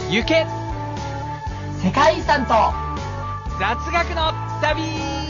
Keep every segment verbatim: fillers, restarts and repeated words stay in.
行け世界遺産と雑学の旅。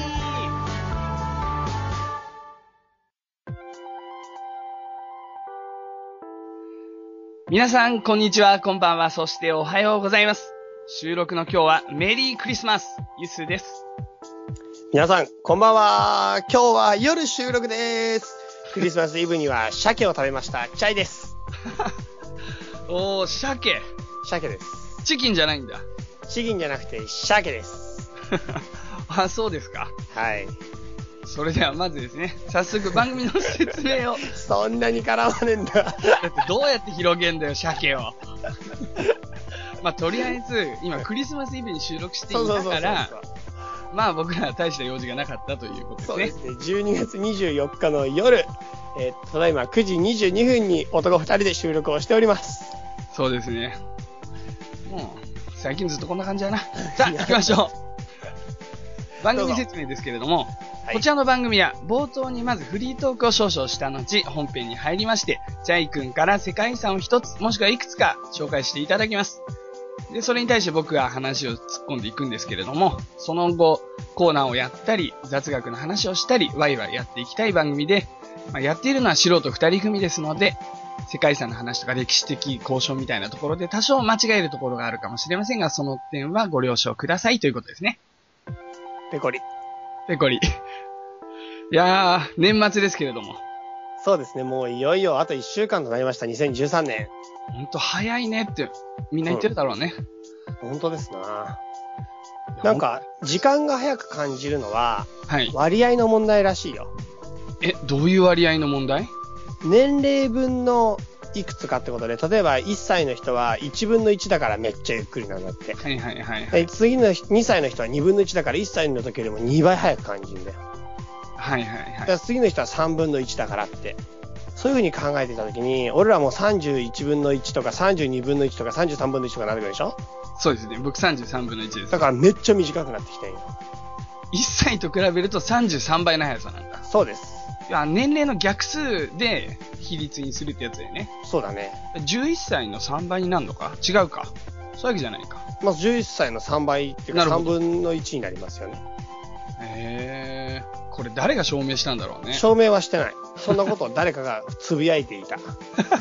皆さんこんにちは、こんばんは、そしておはようございます。収録の今日はメリークリスマス、ゆすです。 皆さんこんばんは。今日は夜収録です。クリスマスイブには鮭を食べました。チャイです。 おー、鮭。 鮭です。 チキンじゃないんだ。 チキンじゃなくて鮭です。 あ、そうですか。 はい。 それではまずですね、早速番組の説明を。 そんなに絡まねえんだ。だってどうやって広げんだよ、鮭を。まあ、とりあえず、今クリスマスイブに収録していたから、まあ僕らは大した用事がなかったということですね。 そうですね。じゅうにがつにじゅうよっかの夜、えー、ただいまくじにじゅうにふんに男ふたりで収録をしております。 そうですね。もう、最近ずっとこんな感じだな。さあ、行きましょう。番組説明ですけれども、はい、こちらの番組は冒頭にまずフリートークを少々した後、本編に入りまして、ジャイ君から世界遺産を一つ、もしくはいくつか紹介していただきます。で、それに対して僕が話を突っ込んでいくんですけれども、その後、コーナーをやったり、雑学の話をしたり、ワイワイやっていきたい番組で、まあ、やっているのは素人二人組ですので、世界遺産の話とか歴史的交渉みたいなところで多少間違えるところがあるかもしれませんが、その点はご了承くださいということですね。 ペコリ。 ペコリ。いやー、年末ですけれども。 そうですね、もういよいよあといっしゅうかんとなりました、にせんじゅうさんねん。 ほんと早いねってみんな言ってるだろうね。 うん、本当ですな。なんか、時間が早く感じるのは、はい、割合の問題らしいよ。 え、どういう割合の問題？ 年齢分のいくつかってことで、例えばいっさいの人はいちぶんのいちだからめっちゃゆっくりなんだって。 はいはいはい、はい。 次のにさいの人はにぶんのいちだからいっさいの時よりもにばい早く感じるんだよ。 はいはいはい。 だから次の人はさんぶんのいちだからって。そういう風に考えてた時に、俺らもさんじゅういちぶんのいちとかさんじゅうにぶんのいちとかさんじゅうさんぶんのいちとかなってくるでしょ？ そうですね。僕さんじゅうさんぶんのいちです。 だからめっちゃ短くなってきたんよ。 いっさいと比べるとさんじゅうさんばいの速さなんだ。 そうです。 いや、年齢の逆数で比率にするってやつだよね。 そうだね。 じゅういっさいのさんばいになるのか？違うか。そういうわけじゃないか。 まずじゅういっさいのさんばいっていうかさんぶんのいちになりますよね。 へー。これ誰が証明したんだろうね。 証明はしてない。そんなことを誰かがつぶやいていた。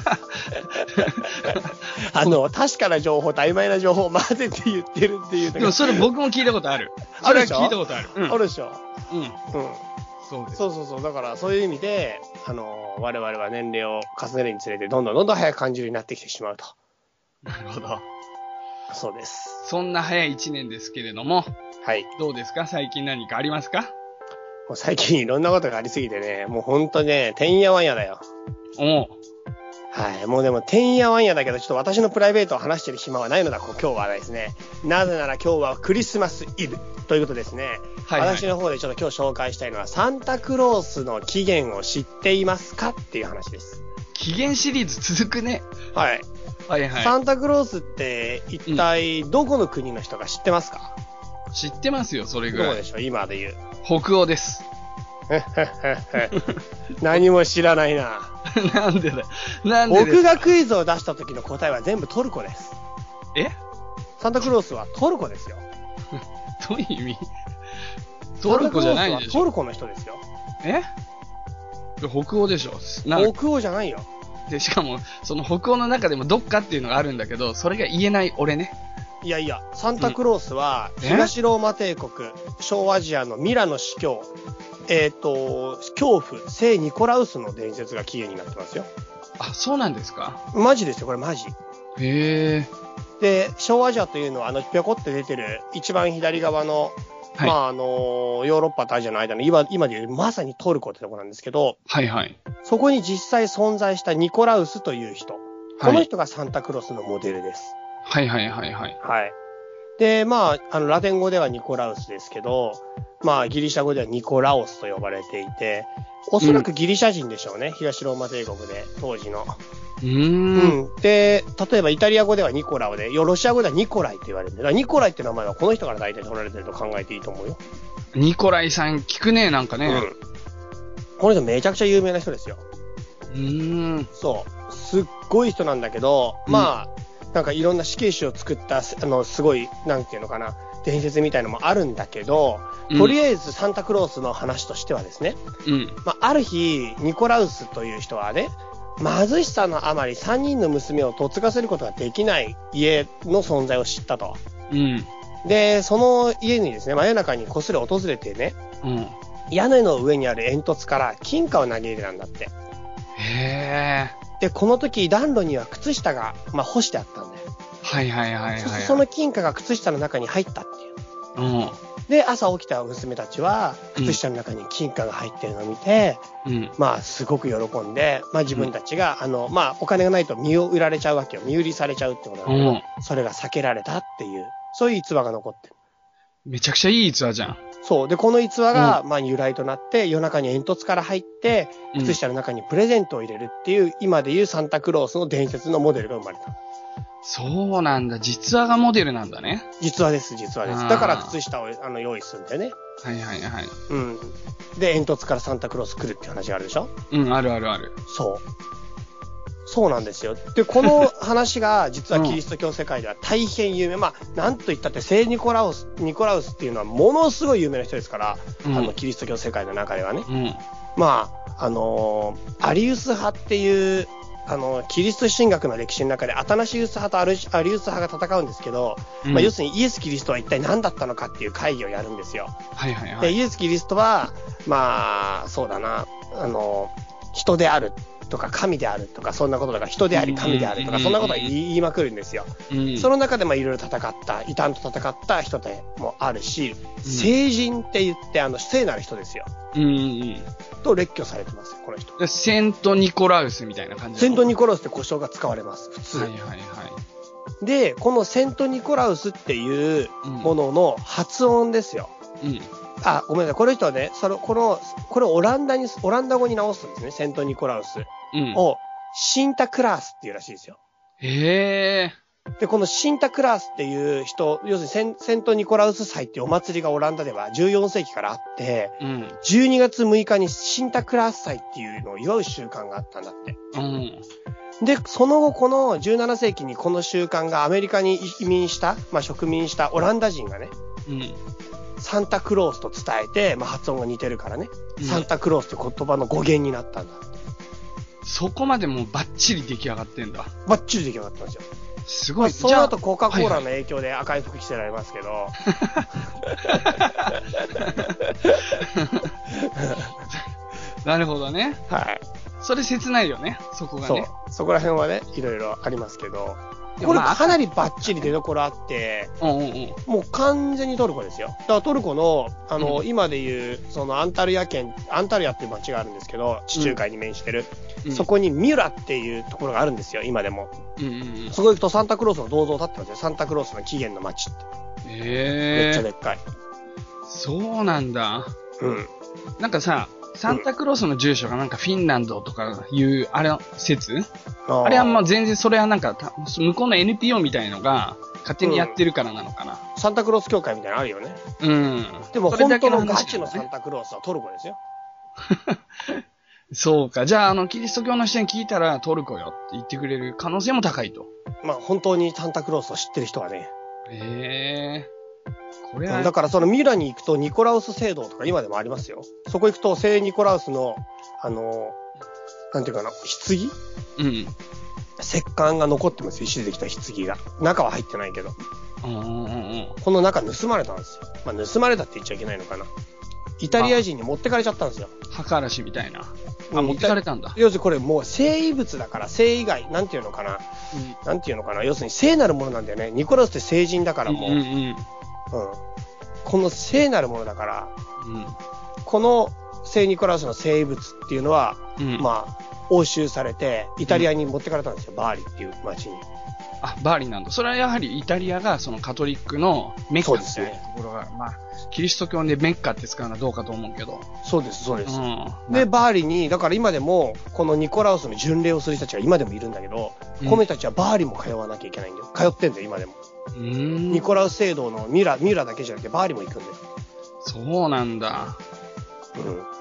あの、確かな情報と曖昧な情報を混ぜて言ってるっていう。 でもそれ僕も聞いたことある。それは聞いたことある。 うん、あるでしょ。 うん。うん。 そうです。そうそうそう。だからそういう意味で、あの、我々は年齢を重ねるにつれてどんどんどんどん早く感じるようになってきてしまうと。 なるほど。 そうです。 そんな早い一年ですけれども。はい。どうですか？最近何かありますか？ もう最近いろんなことがありすぎてね、もうほんとね、てんやわんやだよ。 おう。 はい。もうでも、てんやわんやだけど、ちょっと私のプライベートを話してる暇はないのだ、今日はですね。なぜなら今日はクリスマスイブということですね。はい、はい。私の方でちょっと今日紹介したいのは、サンタクロースの起源を知っていますかっていう話です。 起源シリーズ続くね。 はい。はいはい。サンタクロースって一体どこの国の人か知ってますか？ うん、知ってますよ、それぐらい。 どうでしょう、今で言う。 北欧です。 何も知らないな。 なんでだなんで僕がクイズを出した時の答えは全部トルコです。 え？ サンタクロースはトルコですよ。 どういう意味？トルコじゃないでしょ。 トルコの人ですよ。 え？北欧でしょ。 北欧じゃないよ。 で、しかも、その北欧の中でもどっかっていうのがあるんだけど、それが言えない俺ね。 いやいや、サンタクロースは、東ローマ帝国、小アジアのミラノ司教、えっと、恐怖、聖ニコラウスの伝説が起源になってますよ。 あ、そうなんですか？ マジですよ、これマジ。 へー。 で、小アジアというのは、あの、ぴょこって出てる、一番左側の、はい、まあ、あの、ヨーロッパとアジアの間の、今、今でいう、まさにトルコってとこなんですけど、 はいはい。 そこに実際存在したニコラウスという人。はい、この人がサンタクロースのモデルです。 はいはいはいはい。 はい。で、まあ、あの、ラテン語ではニコラウスですけど、まあ、ギリシャ語ではニコラオスと呼ばれていて、おそらくギリシャ人でしょうね。うん、東ローマ帝国で、当時の。 うーん。 うん。で、例えばイタリア語ではニコラオで、ロシア語ではニコライって言われてる。だからニコライって名前はこの人から大体取られてると考えていいと思うよ。 ニコライさん聞くね、なんかね。うん。 この人めちゃくちゃ有名な人ですよ。 うーん。 そう。すっごい人なんだけど、うん、まあ、 なんかいろんな死刑囚を作った、あの、すごい、なんていうのかな、伝説みたいのもあるんだけど、とりあえずサンタクロースの話としてはですね、うん。まあ、ある日、ニコラウスという人はね、貧しさのあまりさんにんの娘を嫁がせることができない家の存在を知ったと。うん。で、その家にですね、真夜中にこっそり訪れてね、うん。屋根の上にある煙突から金貨を投げ入れたんだって。 へー。 で、この時暖炉には靴下が、まあ、干してあったんだよ。 はいはいはいはい、はい。 そしてその金貨が靴下の中に入ったっていう。うん。で、朝起きた娘たちは、靴下の中に金貨が入ってるのを見て、うん、まあ、すごく喜んで、まあ自分たちが、うん、あの、まあ、お金がないと身を売られちゃうわけよ。身売りされちゃうってことなんだけど、うん、それが避けられたっていう、そういう逸話が残ってる。 めちゃくちゃいい逸話じゃん。 そう。で、この逸話が、まあ、由来となって、夜中に煙突から入って、靴下の中にプレゼントを入れるっていう、今でいうサンタクロースの伝説のモデルが生まれた。 そうなんだ。実話がモデルなんだね。 実話です、実話です。だから靴下をあの用意するんだよね。 はいはいはい。 うん。で、煙突からサンタクロース来るっていう話があるでしょ？ うん、あるあるある。 そう。そうなんですよ。で、この話が実はキリスト教世界では大変有名。うん、まあ、なんと言ったって聖ニコラウス、ニコラウスっていうのはものすごい有名な人ですから、うん、あの、キリスト教世界の中ではね。うん、まあ、あのー、アリウス派っていう、あの、キリスト神学の歴史の中でアタナシウス派とアリウス派が戦うんですけど、うん、まあ、要するにイエス・キリストは一体何だったのかっていう会議をやるんですよ。 はいはいはい。 で、イエス・キリストは、まあ、そうだな、あの、人であるとか神であるとか、そんなこととか、人であり神であるとか、そんなことを言いまくるんですよ。うん、その中でまあいろいろ戦った、異端と戦った人でもあるし、うん、聖人って言って、あの、聖なる人ですよ。うんうん、と列挙されてますよ、この人。 セントニコラウスみたいな感じ。 セントニコラウスって呼称が使われます、普通。はいはいはい。で、このセントニコラウスっていうものの発音ですよ。うん。あ、ごめんなさい。この人はね、その、この、これをオランダに、オランダ語に直すんですね。セントニコラウス。うん。を、シンタクラースっていうらしいですよ。 へー。 で、このシンタクラースっていう人、要するにセン、セントニコラウス祭っていうお祭りがオランダではじゅうよん世紀からあって、うん、じゅうにがつむいかにシンタクラース祭っていうのを祝う習慣があったんだって。うん。で、その後このじゅうなな世紀にこの習慣がアメリカに移民した、まあ植民したオランダ人がね、うん。サンタクロースと伝えて、まあ発音が似てるからね、うん、サンタクロースって言葉の語源になったんだって。 そこまでもうバッチリ出来上がってんだ。 バッチリ出来上がったんですよ。 すごい。まあ、 その後コカ・コーラの影響で赤い服着せられますけど。はい、 なるほどね。 はい。 それ切ないよね、そこがね。 そう。そこら辺はね、いろいろありますけど。これかなりバッチリ出所あって、うんうんうん、もう完全にトルコですよ。だからトルコの、あの、うん、今でいう、そのアンタルヤ県、アンタルヤっていう町があるんですけど、地中海に面してる。うん、そこにミュラっていうところがあるんですよ、今でも。うんうんうん、そこ行くとサンタクロースの銅像立ってますよ。サンタクロースの起源の町って。 へー。 めっちゃでっかい。 そうなんだ。 うん。 なんかさ、サンタクロースの住所がなんかフィンランドとかいう、あれの説、あ, あれはまあ全然それはなんか、向こうの エヌピーオー みたいのが勝手にやってるからなのかな。うん、 サンタクロース協会みたいなのあるよね。 うん。 でも本当のガチのサンタクロースはトルコですよ。 そうか。じゃあ、あの、キリスト教の人に聞いたらトルコよって言ってくれる可能性も高いと。 まあ本当にサンタクロースを知ってる人はね。 へー。これはだからそのミラに行くとニコラウス聖堂とか今でもありますよ。そこ行くと聖ニコラウスの、あの、なんていうかな、棺？うん。石棺が残ってますよ。石でできた棺が。中は入ってないけど。うんうんうん。この中盗まれたんですよ。まあ盗まれたって言っちゃいけないのかな。イタリア人に持ってかれちゃったんですよ。 墓嵐みたいな。あ、持ってかれたんだ。 要するにこれもう聖遺物だから、聖以外、なんていうのかな。うん、なんていうのかな。要するに聖なるものなんだよね。ニコラウスって聖人だからもう。うんうんうんうん、この聖なるものだから、うん、この聖ニコラウスの聖物っていうのは、うん、まあ、押収されて、イタリアに持ってかれたんですよ、うん、バーリっていう町に。 あ、バーリなんだ。それはやはりイタリアがそのカトリックのメッカみたいなところが、ね、まあ、キリスト教でメッカって使うのはどうかと思うけど。 そうです、そうです。うん、で、バーリに、だから今でも、このニコラウスの巡礼をする人たちが今でもいるんだけど、うん、コメたちはバーリも通わなきゃいけないんだよ。通ってんだよ、今でも。うーんニコラウス聖堂のミュラ、ミュラだけじゃなくてバーリも行くんだよ。 そうなんだ。 うん。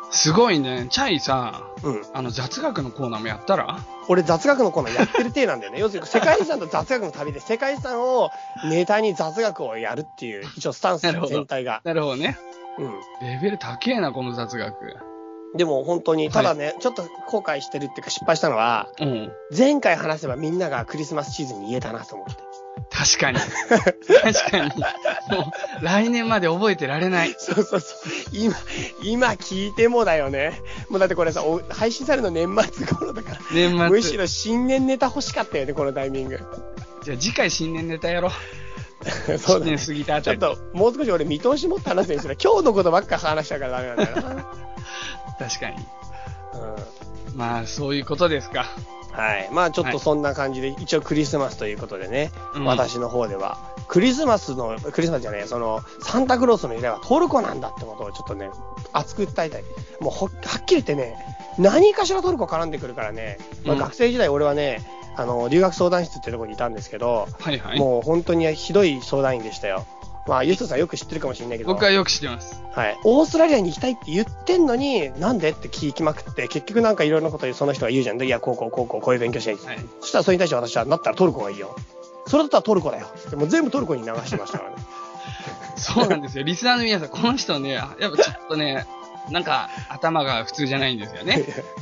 すごいね。チャイさ、 うん。 あの雑学のコーナーもやったら？ 俺雑学のコーナーやってる体なんだよね。要するに世界遺産と雑学の旅で世界遺産をネタに雑学をやるっていう一応スタンス全体が。 なるほどね。 うん。 レベル高えな、この雑学。 でも本当に、ただね、はい、ちょっと後悔してるっていうか失敗したのは、 うん、 前回話せばみんながクリスマスシーズンに言えたなと思って。 確かに。確かに。もう、来年まで覚えてられない。 そうそうそう。今、今聞いてもだよね。もうだってこれさ、配信されるの年末頃だから。 年末。 むしろ新年ネタ欲しかったよね、このタイミング。 じゃあ次回新年ネタやろう。 そうだね。 新年過ぎたあたり。 ちょっと、もう少し俺見通し持って話すようにする。今日のことばっか話したからダメなんだよな。 確かに。 うん。 まあ、そういうことですか。 はい。まあちょっとそんな感じで、はい、一応クリスマスということでね、うん、私の方では、クリスマスの、クリスマスじゃねえ、その、サンタクロースの由来はトルコなんだってことをちょっとね、熱く訴えたい。もうほ、はっきり言ってね、何かしらトルコ絡んでくるからね、まあ、学生時代俺はね、あの、留学相談室ってとこにいたんですけど、 はいはい、 もう本当にひどい相談員でしたよ。まあ、ユースさんよく知ってるかもしれないけど。 僕はよく知ってます。 はい。オーストラリアに行きたいって言ってんのに、なんでって聞きまくって、結局なんかいろんなことその人が言うじゃん。いや、こうこうこうこう、こういう勉強したい。はい。そしたらそれに対して私は、だったらトルコがいいよ。それだったらトルコだよ。でも全部トルコに流してましたからね。 そうなんですよ。リスナーの皆さん、この人ね、やっぱちょっとね、なんか頭が普通じゃないんですよね。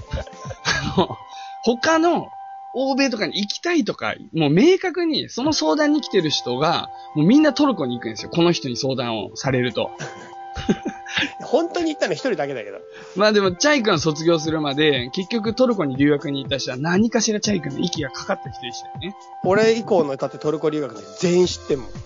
他の欧米とかに行きたいとか、もう明確にその相談に来てる人が、もうみんなトルコに行くんですよ。この人に相談をされると。 本当に行ったの一人だけだけど。 まあでも、チャイ君卒業するまで、結局トルコに留学に行った人は何かしらチャイ君の息がかかった人でしたよね。 俺以降のだってトルコ留学で全員知ってんもん。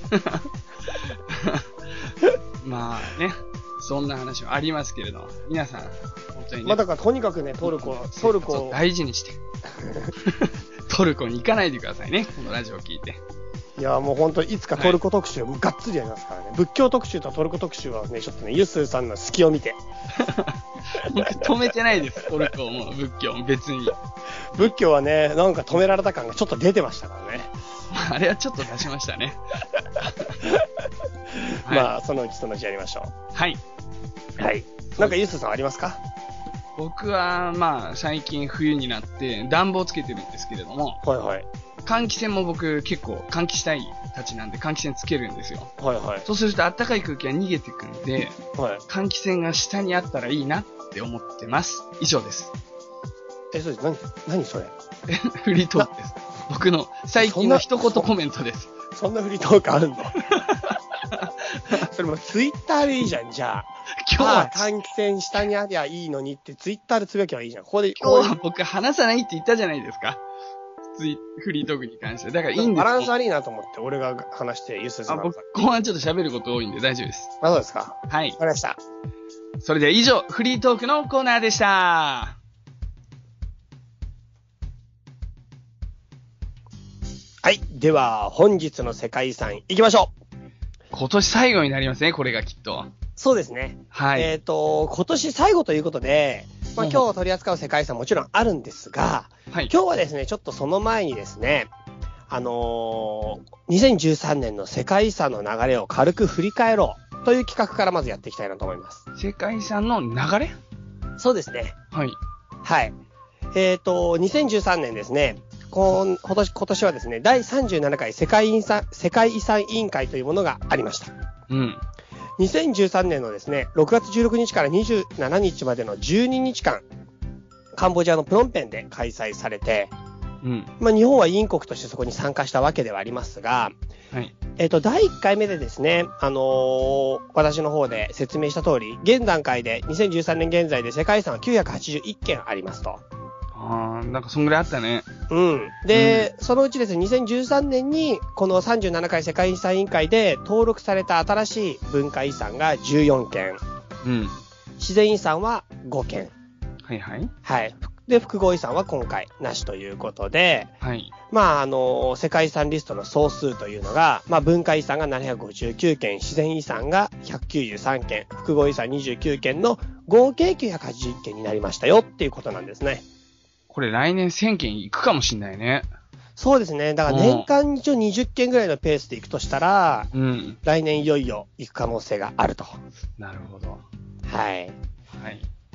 まあね、そんな話もありますけれど、皆さん、本当にね。 まあだからとにかくね、トルコ、トルコを大事にして、トルコに行かないでくださいね、このラジオを聞いて。 いやもう本当いつかトルコ特集をがっつりやりますからね、はい、仏教特集とトルコ特集はね、ちょっとね、ユスーさんの隙を見て。 僕止めてないです、トルコも仏教も別に。 仏教はね、なんか止められた感がちょっと出てましたからね。 あれはちょっと出しましたね。 はい、まあ、そのうちそのうちやりましょう。はい。 はい。なんかユスーさんありますか？ 僕は、まあ、最近冬になって暖房つけてるんですけれども。 はいはい。 換気扇も僕結構換気したいたちなんで換気扇つけるんですよ。 はいはい。 そうすると暖かい空気が逃げてくんで、 はい、 換気扇が下にあったらいいなって思ってます。以上です。 え、それ何、何それ？ フリートークです。僕の最近の一言コメントです。 そ, そんなフリートークあるの？それもツイッターでいいじゃん、じゃあ。今日は換気扇下にありゃいいのにってツイッターでつぶやけばいいじゃん。ここで、 今日は僕話さないって言ったじゃないですか。ツイフリートークに関して。だからいいんですよ。 バランス悪いなと思って、俺が話して、ユースさん。 あ、僕、後半ちょっと喋ること多いんで大丈夫です。 あ、そうですか。 はい。 わかりました。 それでは以上、フリートークのコーナーでした。 はい。では、本日の世界遺産行きましょう。 今年最後になりますね、これがきっと。 そうですね。 はい。 えっと、今年最後ということで、まあ今日取り扱う世界遺産もちろんあるんですが、はい、今日はですね、ちょっとその前にですね、あのー、にせんじゅうさんねんの世界遺産の流れを軽く振り返ろうという企画からまずやっていきたいなと思います。 世界遺産の流れ？ そうですね。 はい。 はい。えっと、にせんじゅうさんねんですね、今年、今年はですね、だいさんじゅうななかい世界遺産、世界遺産委員会というものがありました。 うん。 にせんじゅうさんねんのですね、ろくがつじゅうろくにちからにじゅうしちにちまでのじゅうににちかん、カンボジアのプノンペンで開催されて、 うん。 まあ日本は委員国としてそこに参加したわけではありますが、 はい。 えっと、だいいっかいめでですね、あのー、私の方で説明した通り、現段階でにせんじゅうさんねん現在で世界遺産はきゅうひゃくはちじゅういっけんありますと。 ああ、なんかそんぐらいあったね。 うん。で、うん、そのうちですね、にせんじゅうさんねんに、このさんじゅうななかい世界遺産委員会で登録された新しい文化遺産がじゅうよんけん。 うん。 自然遺産はごけん。 はいはい。 はい。で、複合遺産は今回なしということで、 はい。 まあ、あの、世界遺産リストの総数というのが、まあ、文化遺産がななひゃくごじゅうきゅうけん、自然遺産がひゃくきゅうじゅうさんけん、複合遺産にじゅうきゅうけんの合計きゅうひゃくはちじゅういっけんになりましたよっていうことなんですね。 これ来年せんけん行くかもしんないね。 そうですね。だから年間一応にじゅっけんぐらいのペースで行くとしたら、 うん。 来年いよいよ行く可能性があると。 なるほど。 はい。 はい。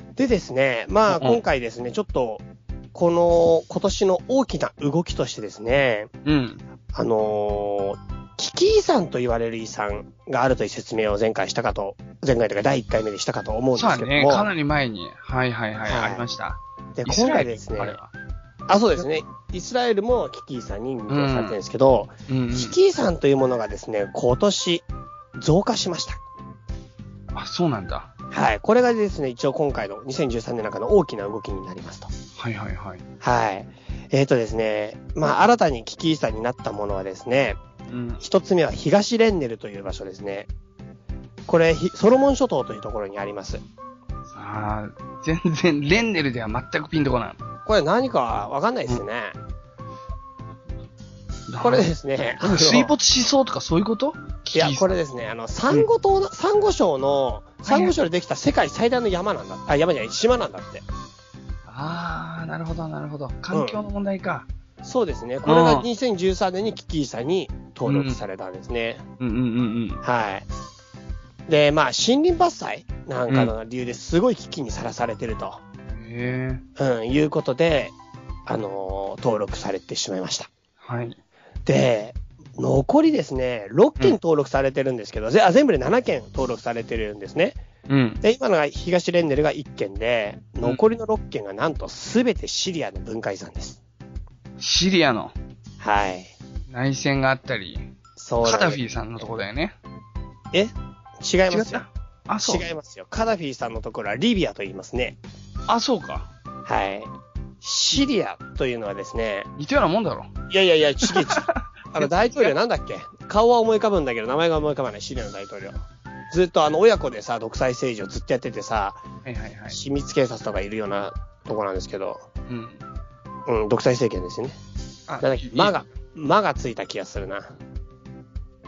でですね、まあ今回ですね、ちょっと、この今年の大きな動きとしてですね、 うん。 あのー、危機遺産と言われる遺産があるという説明を前回したかと、前回というかだいいっかいめでしたかと思うんですけども。 そうね、かなり前に。はいはいはい、はい、ありました。 で、今回ですね、あ、そうですね、イスラエルも危機遺産に認定されてるんですけど、うんうんうん、危機遺産というものがですね、今年増加しました。 あ、そうなんだ。 はい。これがですね、一応今回のにせんじゅうさんねんの中の大きな動きになりますと。 はいはいはい。 はい。えっとですね、まあ、新たに危機遺産になったものはですね、うん、一つ目は東レンネルという場所ですね。これ、ソロモン諸島というところにあります。 ああ、全然、レンネルでは全くピンとこない。 これ何かわかんないですよね。うん、これですね。 水没しそうとかそういうこと？ いや、これですね、あの、サンゴ島の、うん、サンゴ礁の、サンゴ礁でできた世界最大の山なんだ。あ、山じゃない、島なんだって。 ああ、なるほど、なるほど。環境の問題か。 うん、そうですね。これがにせんじゅうさんねんに危機遺産に登録されたんですね。 うん、うん、うんうんうん。 はい。で、まあ、森林伐採なんかの理由ですごい危機にさらされてると。 へえ。 うん、いうことで、あのー、登録されてしまいました。 はい。 で、残りですね、ろっけん登録されてるんですけど、うん、あ全部でななけん登録されてるんですね。 うん。 で、今のが東レンネルがいっけんで、残りのろっけんがなんとすべてシリアの文化遺産です。 シリアのはい。 内戦があったり、そうカダフィーさんのとこだよね。 え違いますよ。 あ、そう。 違いますよ。カダフィーさんのところはリビアと言いますね。 あ、そうか。 はい。シリアというのはですね。 似たようなもんだろ。 いやいやいや、ちげち。あの、大統領なんだっけ？顔は思い浮かぶんだけど、名前が思い浮かばない、シリアの大統領。ずっとあの、親子でさ、独裁政治をずっとやっててさ、 はいはいはい。 秘密警察とかいるようなとこなんですけど、 うん。 うん、独裁政権ですよね。あ、なんだっけ、マが、マがついた気がするな。うん。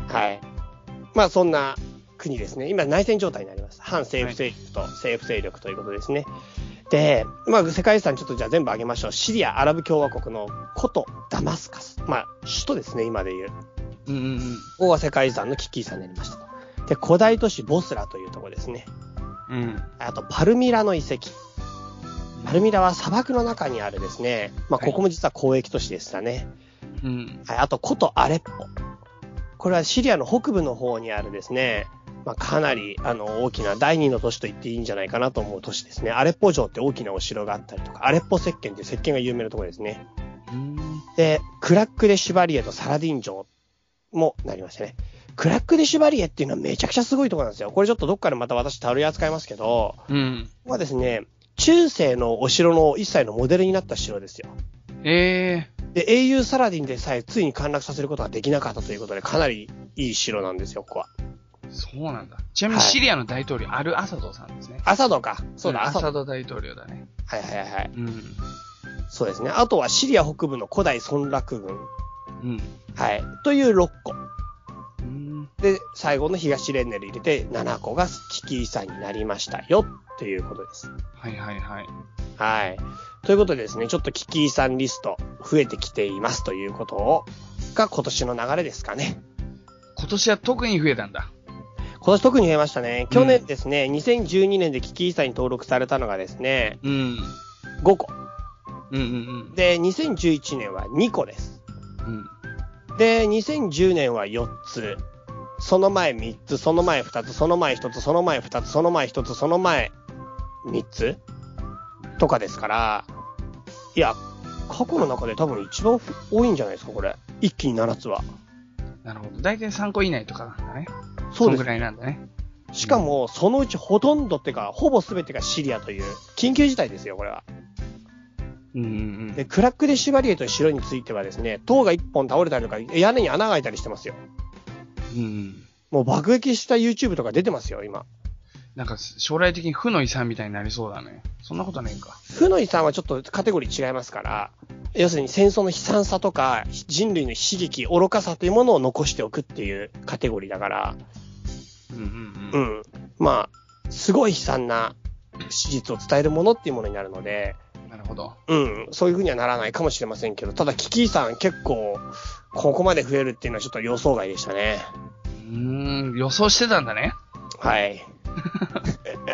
はい。まあ、そんな国ですね。今、内戦状態になります。反政府勢力と政府勢力ということですね。で、まあ、世界遺産ちょっとじゃあ全部挙げましょう。シリア、アラブ共和国の古都ダマスカス。まあ、首都ですね、今で言う。 うんうんうん。ここが世界遺産の危機遺産になりました。で、古代都市ボスラというところですね。 うん。 あと、パルミラの遺跡。パルミラは砂漠の中にあるですね。まあ、ここも実は交易都市でしたね。 うん。 はい。あと、古都アレッポ。これはシリアの北部の方にあるですね。まあ、かなり、あの、大きな第二の都市と言っていいんじゃないかなと思う都市ですね。アレッポ城って大きなお城があったりとか、アレッポ石鹸っていう石鹸が有名なところですね。 うん。 で、クラック・デ・シュバリエとサラディン城もなりましたね。クラック・デ・シュバリエっていうのはめちゃくちゃすごいところなんですよ。これちょっとどっかでまた私取り扱いますけど、 うん。 ここはですね、中世のお城の一切のモデルになった城ですよ。 ええー。 で、英雄サラディンでさえついに陥落させることができなかったということで、かなりいい城なんですよ、ここは。 そうなんだ。ちなみにシリアの大統領、はい、アル・アサドさんですね。 アサドか。そうだ、 うん、アサド大統領だね。 はいはいはい。 うん。 そうですね。あとはシリア北部の古代村落軍。 うん。 はい。というろっこ。 うん。 で、最後の東レンネル入れてななこが危機遺産になりましたよ、ということです。 はいはいはい。 はい。ということでですね、ちょっと危機遺産リスト増えてきていますということを、が今年の流れですかね。 今年は特に増えたんだ。 今年特に増えましたね。去年ですね、うん、にせんじゅうにねんで危機遺産に登録されたのがですね、 うん、 ごこ。 うんうんうん。 で、にせんじゅういちねんはにこです。 うん、 で、にせんじゅうねんはよっつ。その前みっつ、その前ふたつ、その前ひとつ、その前ふたつ、その前ひとつ、その前みっつとかですから、いや、過去の中で多分一番多いんじゃないですか、これ。一気にななつは。 なるほど。だいたいさんこ以内とかなんだね。 そうです。 そのぐらいなんだね。 しかも、そのうちほとんどっていうか、ほぼ全てがシリアという、緊急事態ですよ、これは。 うんうんうん。 で、クラック・デ・シュバリエという城についてはですね、塔が一本倒れたりとか、屋根に穴が開いたりしてますよ。 うん。 もう爆撃した YouTube とか出てますよ、今。 なんか、将来的に負の遺産みたいになりそうだね。そんなことねえか。 負の遺産はちょっとカテゴリー違いますから、要するに戦争の悲惨さとか、人類の悲劇、愚かさというものを残しておくっていうカテゴリーだから、 うんうんうん。 うん。まあ、すごい悲惨な史実を伝えるものっていうものになるので、 なるほど。 うん。そういう風にはならないかもしれませんけど、ただ危機遺産結構、ここまで増えるっていうのはちょっと予想外でしたね。 うーん、予想してたんだね。 はい。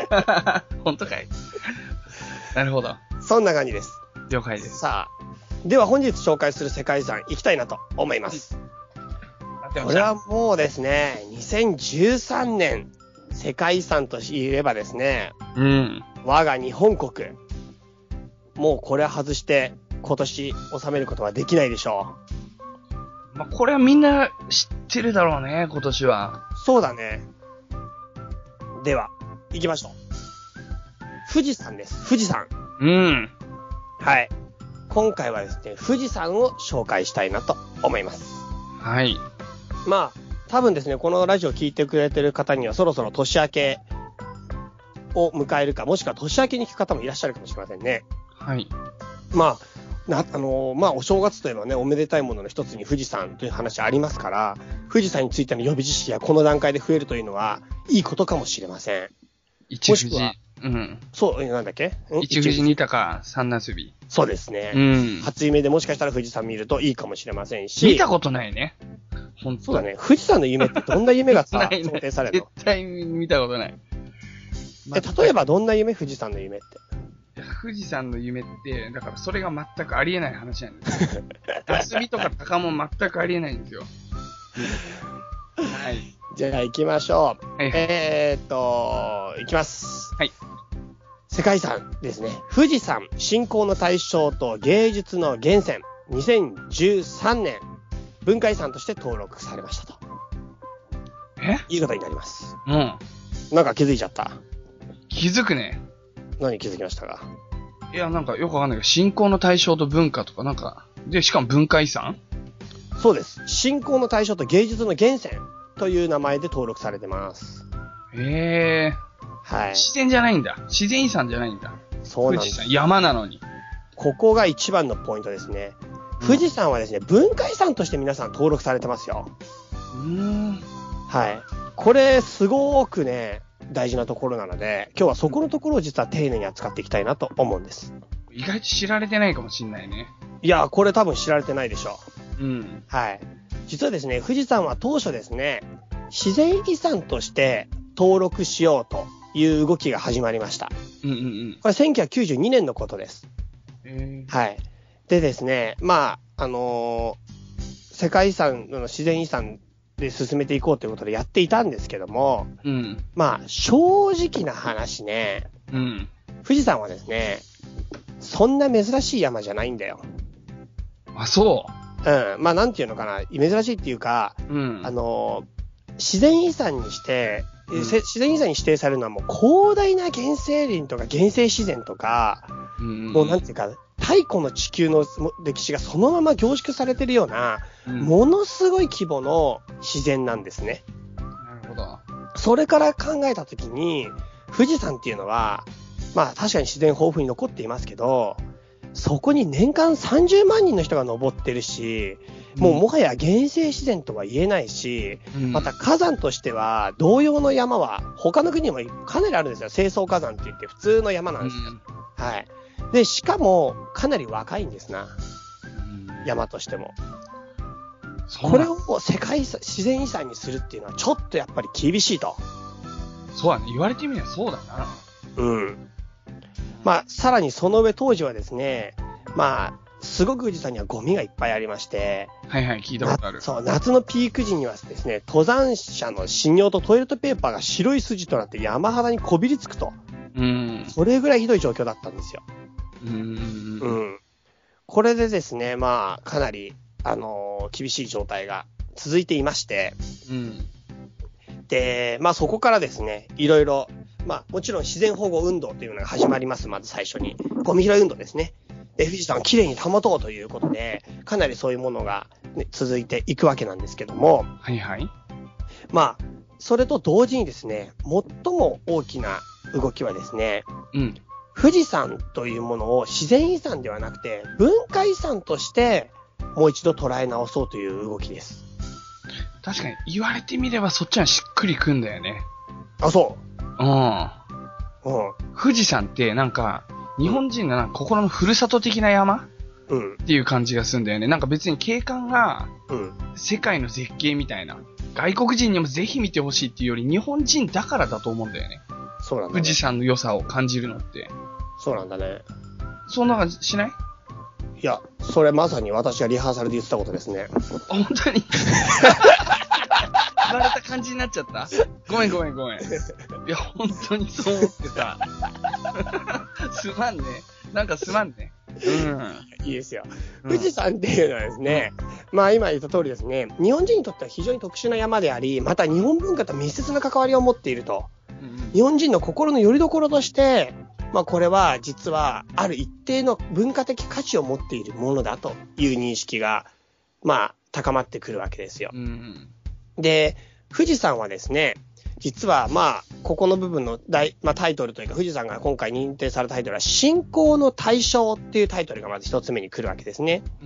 本当かい。なるほど。 そんな感じです。 了解です。 さあ、では本日紹介する世界遺産行きたいなと思います。これはもうですね、にせんじゅうさんねん世界遺産といえばですね、 うん、 我が日本国、もうこれ外して今年収めることはできないでしょう。まあ、これはみんな知ってるだろうね、今年は。 そうだね。では、行きましょう。富士山です。富士山。 うん。 はい。今回はですね、富士山を紹介したいなと思います。 はい。 まあ、多分ですね、このラジオ聞いてくれてる方にはそろそろ年明けを迎えるか、もしくは年明けに聞く方もいらっしゃるかもしれませんね。 はい。 まあ、な、あのー、まあ、お正月といえばね、おめでたいものの一つに富士山という話ありますから、富士山についての予備知識がこの段階で増えるというのは、いいことかもしれません。 一富士。うん。 そう、なんだっけ？ 一富士二鷹三なすび。 そうですね。 うん。 初夢でもしかしたら富士山見るといいかもしれませんし。 見たことないね。本当。 そうだね。富士山の夢ってどんな夢がさ、想定されるの？ 絶対見たことない。 え、例えばどんな夢？富士山の夢って。 富士山の夢って、だからそれが全くありえない話なんですよ。なすびとか鷹も全くありえないんですよ。はい。 じゃあ行きましょう。 はい、 えーっと、行きます。 はい。 世界遺産ですね。富士山信仰の対象と芸術の源泉。にせんじゅうさんねん文化遺産として登録されましたと。 え？ いうことになります。 うん。 なんか気づいちゃった？ 気づくね。 何気づきましたか？ いや、なんかよくわかんないけど、信仰の対象と文化とかなんか、で、しかも文化遺産？ そうです。信仰の対象と芸術の源泉という名前で登録されてます。 へー。 はい。 自然じゃないんだ。自然遺産じゃないんだ。 そうなんです。 富士山、山なのに。 ここが一番のポイントですね。富士山はですね、文化遺産として皆さん登録されてますよ。 うーん。 はい。これ、すごくね、大事なところなので、今日はそこのところを実は丁寧に扱っていきたいなと思うんです。 意外と知られてないかもしんないね。 いや、これ多分知られてないでしょう。うん。 はい。実はですね、富士山は当初ですね、自然遺産として登録しようという動きが始まりました。 うんうんうん。 これせんきゅうひゃくきゅうじゅうにねんのことです。 へー。 はい。でですね、まあ、あのー、世界遺産の自然遺産で進めていこうということでやっていたんですけども、 うん。 まあ、正直な話ね、 うん。 富士山はですね、そんな珍しい山じゃないんだよ。 あ、そう。うん。まあ、なんていうのかな、珍しいっていうか、 う。うん。 あのー、自然遺産にして、うん、自然遺産に指定されるのはもう広大な原生林とか原生自然とか、 うん、 もうなんていうか、太古の地球の歴史がそのまま凝縮されてるような、うん、ものすごい規模の自然なんですね。 なるほど。 それから考えたときに、富士山っていうのは、まあ確かに自然豊富に残っていますけど、そこに年間さんじゅうまんにんの人が登ってるし、もうもはや原生自然とは言えないし、うん、また火山としては同様の山は他の国にもかなりあるんですよ。清掃火山って言って普通の山なんですよ。うん、はい。で、しかもかなり若いんですな。うん、山としても。これを世界遺産、自然遺産にするっていうのはちょっとやっぱり厳しいと。 そうだね。言われてみればそうだな。 うん。まあ、さらにその上当時はですね、まあ、すごく富士山にはゴミがいっぱいありまして、 はいはい、聞いたことある。 そう、夏のピーク時にはですね、登山者の信用とトイレットペーパーが白い筋となって山肌にこびりつくと。 うん。 それぐらいひどい状況だったんですよ。 うん。 うん。これでですね、まあ、かなり、あのー、厳しい状態が続いていまして、 うん。 で、まあそこからですね、いろいろ、まあもちろん自然保護運動というのが始まります。まず最初に。ゴミ拾い運動ですね。で、富士山をきれいに保とうということで、かなりそういうものが、ね、続いていくわけなんですけども。 はいはい。 まあ、それと同時にですね、最も大きな動きはですね、 うん。 富士山というものを自然遺産ではなくて、文化遺産としてもう一度捉え直そうという動きです。 確かに言われてみればそっちはしっくりくんだよね。 あ、そう。 うん。 うん。 富士山ってなんか、日本人のなんか心のふるさと的な山、 うん、 っていう感じがするんだよね。なんか別に景観が、世界の絶景みたいな。外国人にもぜひ見てほしいっていうより、日本人だからだと思うんだよね。 そうなんだ、ね。 富士山の良さを感じるのって。 そうなんだね。 そんな感じしない？ いや、それまさに私がリハーサルで言ってたことですね。 あ、本当に言われた感じになっちゃった？ごめんごめんごめん。いや、本当にそう思ってさ。すまんね。なんかすまんね。うん。 いいですよ。富士山っていうのはですね、うん、まあ今言った通りですね、日本人にとっては非常に特殊な山であり、また日本文化と密接な関わりを持っていると。うん、日本人の心の拠り所として、まあこれは実はある一定の文化的価値を持っているものだという認識がまあ高まってくるわけですよ。うん、で、富士山はですね、実はまあここの部分の大、まあ、タイトルというか富士山が今回認定されたタイトルは信仰の対象っていうタイトルがまず一つ目に来るわけですね。うん、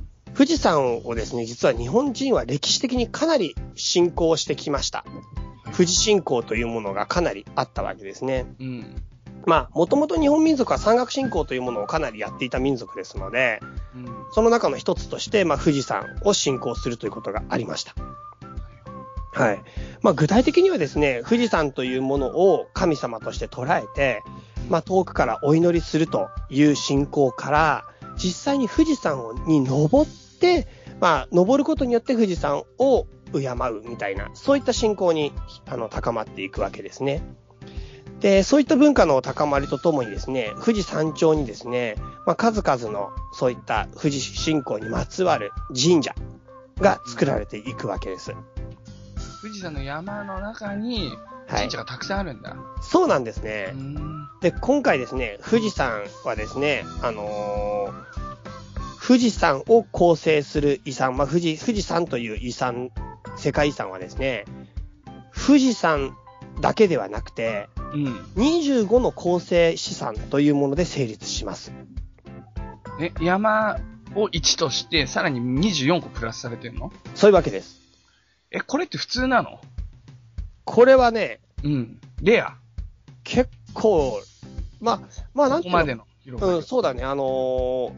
富士山をですね、実は日本人は歴史的にかなり信仰してきました。富士信仰というものがかなりあったわけですね。うんまあ、もともと日本民族は山岳信仰というものをかなりやっていた民族ですので、うん、その中の一つとして、まあ、富士山を信仰するということがありました。はい。まあ、具体的にはですね、富士山というものを神様として捉えて、まあ、遠くからお祈りするという信仰から、実際に富士山に登って、まあ、登ることによって富士山を敬うみたいな、そういった信仰にあの高まっていくわけですね。で、そういった文化の高まりとともにですね、富士山頂にですね、まあ、数々のそういった富士信仰にまつわる神社が作られていくわけです。 富士山の山の中に神社がたくさんあるんだ。はい、 そうなんですね。で、今回ですね、富士山はですね、あのー、富士山を構成する遺産、まあ、富士、富士山という遺産、世界遺産はですね、富士山だけではなくて、うん、にじゅうごの構成資産というもので成立します。 え、山をいちとして、さらににじゅうよんこプラスされてるの？ そういうわけです。 え、これって普通なの？ これはね、 うん、レア。 結構、まあ、まあなんていうの？ ここまでの広がり。 うん、そうだね、あのー、うん、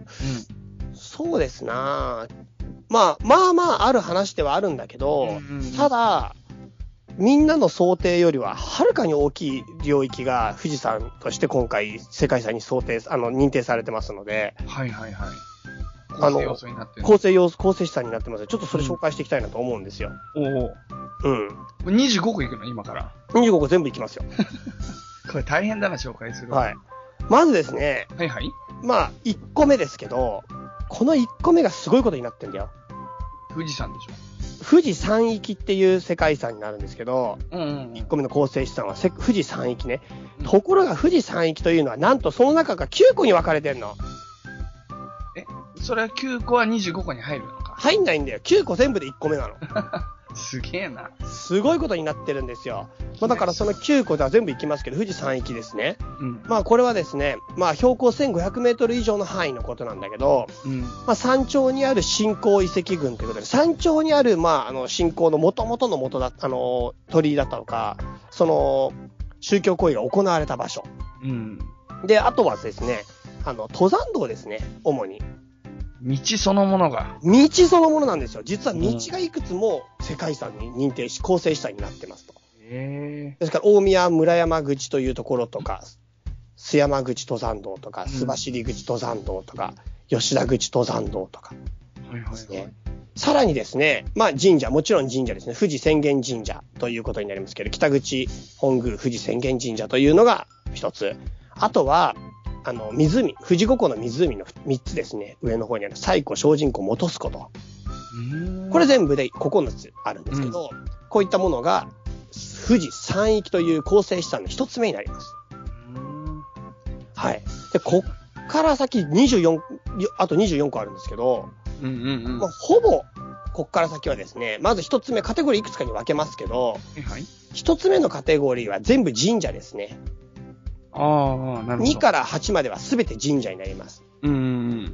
そうですな。まあ、まあまあある話ではあるんだけど、うんうんうん、ただ、みんなの想定よりははるかに大きい領域が富士山として今回世界遺産に想定、あの、認定されてますので。 はいはいはい。 構成要素になってる。構成要素、構成資産になってます。ちょっとそれ紹介していきたいなと思うんですよ。 うん、おお。うん。にじゅうごこいくの今から。 にじゅうごこ全部いきますよ。 これ大変だな、紹介する。 はい。まずですね。 はいはい。まあ、いっこめですけど、このいっこめがすごいことになってんだよ。 富士山でしょ。 富士山域っていう世界遺産になるんですけど、うんうんうん、いっこめの構成資産は富士山域ね、うん。ところが富士山域というのはなんとその中がきゅうこに分かれてんの。 え、それはきゅうこはにじゅうごこに入るのか？ 入んないんだよ。きゅうこ全部でいっこめなの。 すげえな。 すごいことになってるんですよ。まあ、だからそのきゅうこでは全部いきますけど、富士山域ですね。うん、まあこれはですね、まあ標高せんごひゃくメートル以上の範囲のことなんだけど、うん、まあ山頂にある信仰遺跡群ということで、山頂にあるまああの信仰の元々の元だ、あの鳥居だったのか、その宗教行為が行われた場所。うん、で、あとはですね、あの登山道ですね、主に。 道そのものが。 道そのものなんですよ。実は道がいくつも世界遺産に認定し、構成資産になってますと。へー。ですから、大宮村山口というところとか、須山口登山道とか、須走口登山道とか、うん、吉田口登山道とかですね。はいはいはい、さらにですね、まあ神社、もちろん神社ですね。富士浅間神社ということになりますけど、北口本宮富士浅間神社というのが一つ。あとは、あの、湖、富士五湖の湖のみっつですね。上の方にある西湖、小人湖、本栖湖と。これ全部でここのつあるんですけど、うん、こういったものが富士山域という構成資産の一つ目になります。はい。で、こっから先にじゅうよん、あとにじゅうよんこあるんですけど、うんうんうんまあ、ほぼ、こっから先はですね、まず一つ目、カテゴリーいくつかに分けますけど、はい、一つ目のカテゴリーは全部神社ですね。 ああ、なるほど。 にからはちまでは全て神社になります。 うんうんうん。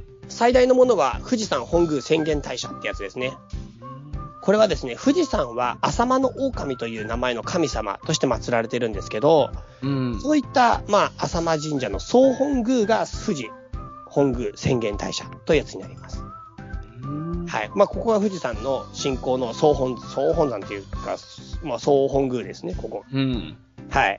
最大のものは富士山本宮浅間大社ってやつですね。これはですね、富士山は浅間の狼という名前の神様として祀られてるんですけど、うん、そういった、まあ、浅間神社の総本宮が富士本宮浅間大社というやつになります。はい。まあ、ここが富士山の信仰の総本、総本山というか、まあ、総本宮ですね、ここ。うん。はい。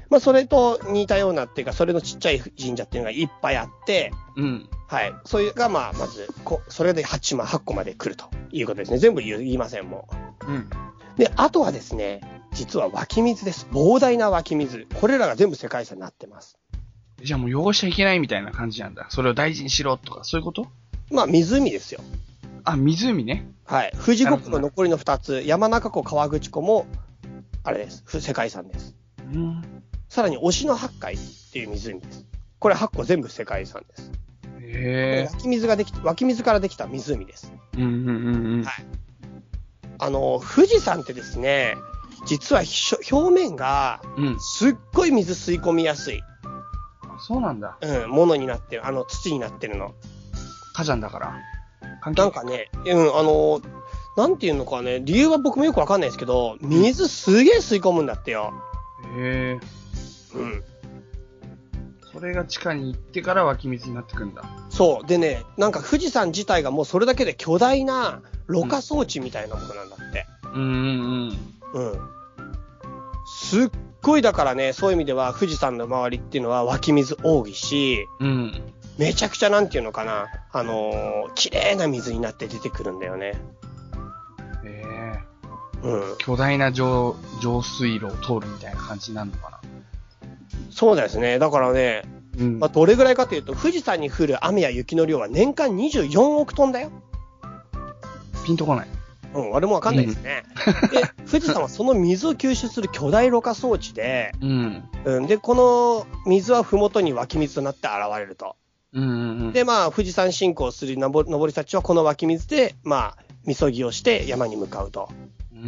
まあ、それと似たようなっていうか、それのちっちゃい神社っていうのがいっぱいあって、 うん。 はい。それが、まあ、まず、こ、それではちま、はっこまで来るということですね。全部言いません、もう。うん。 で、あとはですね、実は湧き水です。膨大な湧き水。これらが全部世界遺産になってます。 じゃあもう汚しちゃいけないみたいな感じなんだ。それを大事にしろとか、そういうこと？ まあ、湖ですよ。 あ、湖ね。 はい。富士五湖の残りのふたつ、山中湖、河口湖も、あれです。世界遺産です。 うん。 さらに、忍野八海っていう湖です。これはっこ全部世界遺産です。 へぇー。 湧き水ができ、湧き水からできた湖です。 うんうんうんうん。はい。 あの、富士山ってですね、実は表面が、すっごい水吸い込みやすい。 うん、そうなんだ。 うん、ものになってる。あの、土になってるの。 火山だから。 なんかね、うん、あの、なんていうのかね、理由は僕もよくわかんないですけど、水すげえ吸い込むんだってよ。 へぇー。うん。 それが地下に行ってから湧き水になってくんだ。 そう。でね、なんか富士山自体がもうそれだけで巨大なろ過装置みたいなものなんだって。 うんうんうん。うん。すっごいだからね、そういう意味では富士山の周りっていうのは湧き水多いし、 うん。 めちゃくちゃなんていうのかな、あのー、綺麗な水になって出てくるんだよね。 へえ。 うん。 巨大な上、上水路を通るみたいな感じになるのかな。 そうですね。だからね、うん、まあ、どれぐらいかというと、富士山に降る雨や雪の量は年間にじゅうよんおくトンだよ。 ピンとこない。 うん、俺もわかんないですね。うん、で、富士山はその水を吸収する巨大ろ過装置で、うん。うん、で、この水は麓に湧き水となって現れると。 うんうんうん、 で、まあ、富士山信仰する登りたちはこの湧き水で、まあ、みそぎをして山に向かうと。うん。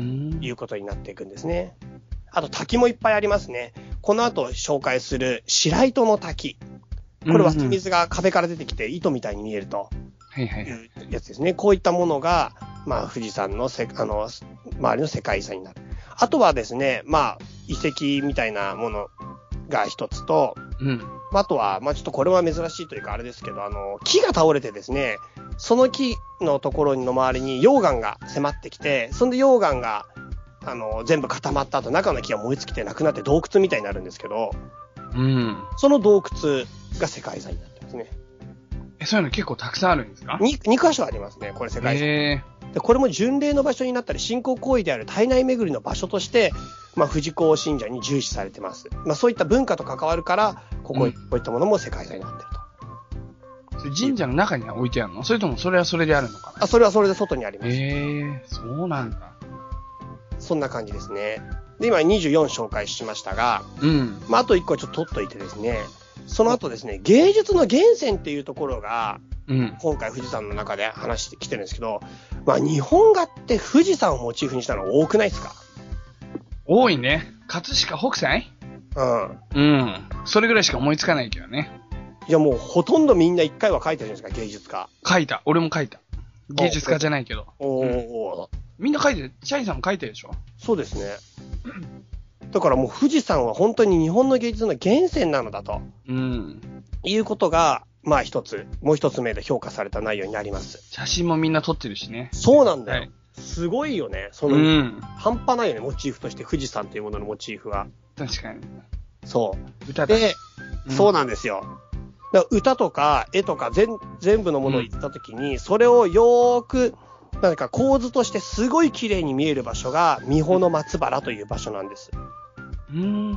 いうことになっていくんですね。あと滝もいっぱいありますね。この後紹介する白糸の滝。これ湧き水が壁から出てきて糸みたいに見えるというやつですね。こういったものが、まあ富士山のせ、あの、周りの世界遺産になる。あとはですね、まあ遺跡みたいなものが一つと、うん、あとは、まあちょっとこれは珍しいというかあれですけど、あの、木が倒れてですね、その木のところの周りに溶岩が迫ってきて、そんで溶岩があの、全部固まった後、中の木が燃え尽きてなくなって洞窟みたいになるんですけど、うん。その洞窟が世界遺産になってますね。 え、そういうの結構たくさんあるんですか？ に, に箇所ありますね、これ世界遺産。 へーで、これも巡礼の場所になったり、信仰行為である体内巡りの場所として、まあ、富士講信者に重視されてます。まあ、そういった文化と関わるから、ここ、うん、こういったものも世界遺産になってると。 それ神社の中には置いてあるの？それともそれはそれであるのかな？ あ、それはそれで外にあります。 へえ、そうなんだ。 そんな感じですね。で、今にじゅうよん紹介しましたが、うん。まあ、あといっこちょっと取っといてですね、その後ですね、芸術の源泉っていうところが、うん、今回富士山の中で話してきてるんですけど、まあ、日本画って富士山をモチーフにしたの多くないですか？ 多いね。葛飾北斎？うん。うん。それぐらいしか思いつかないけどね。 いやもうほとんどみんな一回は描いたじゃないですか、芸術家。 描いた。俺も描いた。芸術家じゃないけど。おーおー、うん、みんな書いてる。チャイさんも書いてるでしょ？ そうですね。だからもう富士山は本当に日本の芸術の源泉なのだと。うん。いうことが、まあ一つ、もう一つ目で評価された内容になります。 写真もみんな撮ってるしね。 そうなんだよ。はい、すごいよね。その、うん、半端ないよね、モチーフとして富士山というもののモチーフは。 確かに。 そう。歌で、うん、そうなんですよ。だから歌とか絵とか全、全部のものを言ったときに、うん、それをよーく、なんか構図としてすごい綺麗に見える場所が三保の松原という場所なんです。うん、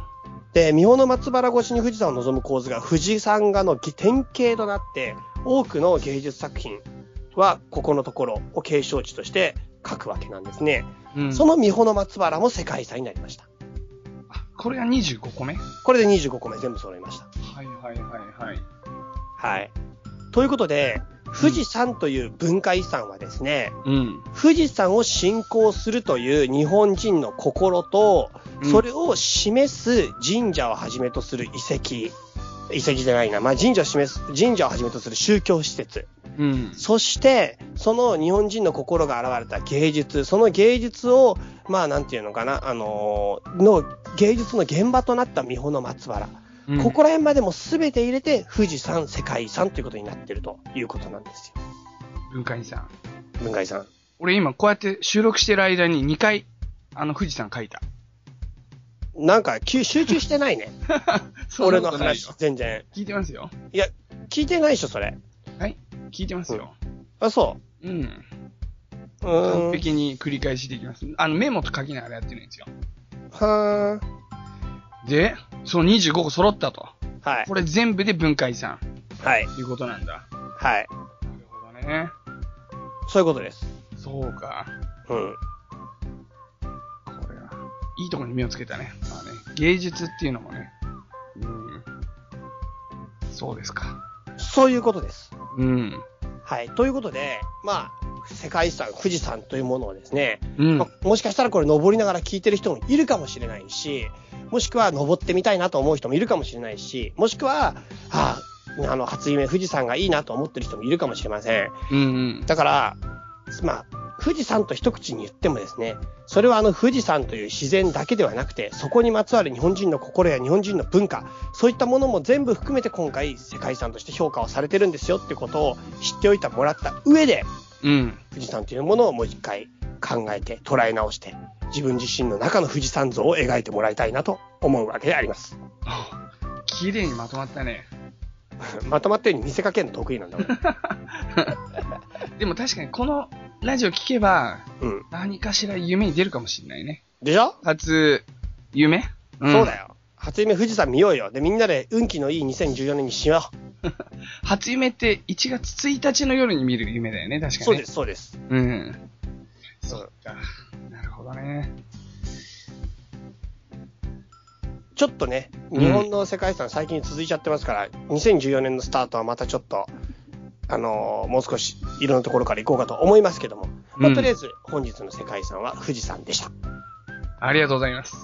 で、三保の松原越しに富士山を望む構図が富士山画の典型となって、多くの芸術作品はここのところを景勝地として描くわけなんですね。うん、その三保の松原も世界遺産になりました。 あ、これがにじゅうごこめ？ これでにじゅうごこめ全部揃いました。 はいはいはいはい。 はい。ということで、富士山という文化遺産はですね、うん、富士山を信仰するという日本人の心と、うん、それを示す神社をはじめとする遺跡、遺跡じゃないな、まあ、神社を示す、神社をはじめとする宗教施設、うん、そして、その日本人の心が現れた芸術、その芸術を、まあ、なんていうのかな、あのー、の芸術の現場となった三保の松原。うん、ここら辺までも全て入れて富士山世界遺産ということになっているということなんですよ。 文化遺産。 文化遺産。 俺今こうやって収録してる間ににかいあの富士山書いた。 なんか、集中してないね。俺の話、全然。 聞いてますよ。 いや、聞いてないでしょ、それ。 はい、聞いてますよ。 うん、あ、そう。 うん。完璧に繰り返しできます。あの、メモと書きながらやってるんですよ。 はー。で、そのにじゅうごこ揃ったと。 はい。 これ全部で文化遺産。 はい。 ということなんだ。 はい。 なるほどね。 そういうことです。 そうか。 うん。 これは、いいところに目をつけたね。まあね、芸術っていうのもね。うん。そうですか。 そういうことです。 うん。 はい。ということで、まあ、世界遺産、富士山というものをですね、 うんまあ、もしかしたらこれ登りながら聞いてる人もいるかもしれないし、もしくは登ってみたいなと思う人もいるかもしれないし、もしくは、ああ、あの、初夢富士山がいいなと思ってる人もいるかもしれません。 うんうん。 だから、まあ、富士山と一口に言ってもですね、それはあの富士山という自然だけではなくて、そこにまつわる日本人の心や日本人の文化、そういったものも全部含めて今回世界遺産として評価をされてるんですよっていうことを知っておいてもらった上で、 うん、 富士山というものをもう一回考えて捉え直して、自分自身の中の富士山像を描いてもらいたいなと思うわけであります。 綺麗にまとまったね。 まとまったように見せかけるの得意なんだ俺。 でも確かにこのラジオ聞けば、 うん、 何かしら夢に出るかもしれないね。 でしょ？ 初夢、 うん、そうだよ。初夢富士山見ようよ。で、みんなで運気のいいにせんじゅうよねんにしよう。 初夢っていちがつついたちの夜に見る夢だよね、確かに、ね。 そうです、そうです。 うん。そうか。なるほどね。 ちょっとね、日本の世界遺産最近続いちゃってますから、うん、にせんじゅうよねんのスタートはまたちょっと、あのー、もう少しいろんなところから行こうかと思いますけども、まあ、とりあえず本日の世界遺産は富士山でした。 ありがとうございます。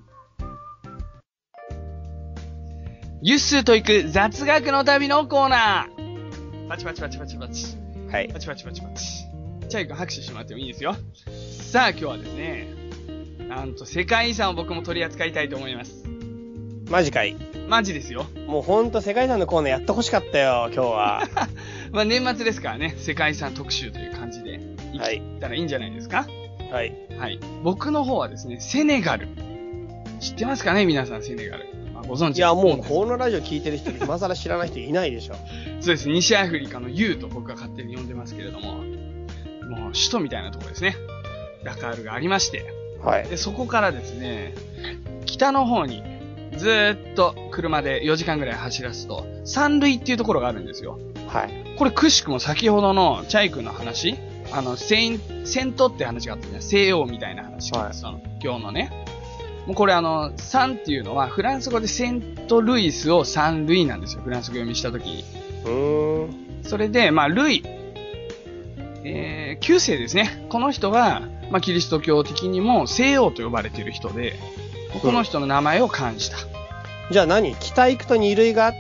ユッスーと行く雑学の旅のコーナー。パチパチパチパチパチ。 はい。 パチパチパチパチ。チャイ君拍手してもらってもいいですよ。さあ今日はですね、なんと世界遺産を僕も取り扱いたいと思います。 マジかい？ マジですよ。 もうほんと世界遺産のコーナーやってほしかったよ、今日は。 まあ年末ですからね、世界遺産特集という感じで行ったらいいんじゃないですか？ はい。 はい。僕の方はですね、セネガル。知ってますかね皆さん、セネガル。まあ、ご存知ですか？ いや、もうこのラジオ聞いてる人、今更知らない人いないでしょ。 そうです。西アフリカの ユー と僕が勝手に呼んでますけれども、もう首都みたいなところですね。ダカールがありまして。 はい。 で、そこからですね、北の方に、ずーっと車でよじかんぐらい走らすと、三類っていうところがあるんですよ。 はい。 これくしくも先ほどのチャイ君の話、あの、セイン、セントって話があったじゃん。西洋みたいな話。はい。その、今日のね。もうこれあの、サンっていうのは、フランス語でセントルイスをサンルイなんですよ。フランス語読みしたときに。 うーん。 それで、まあ、ルイ、えー、きゅう世ですね。この人が、まあ、キリスト教的にも西洋と呼ばれている人で、この人の名前を冠した。 じゃあ何？北行くと二類があって、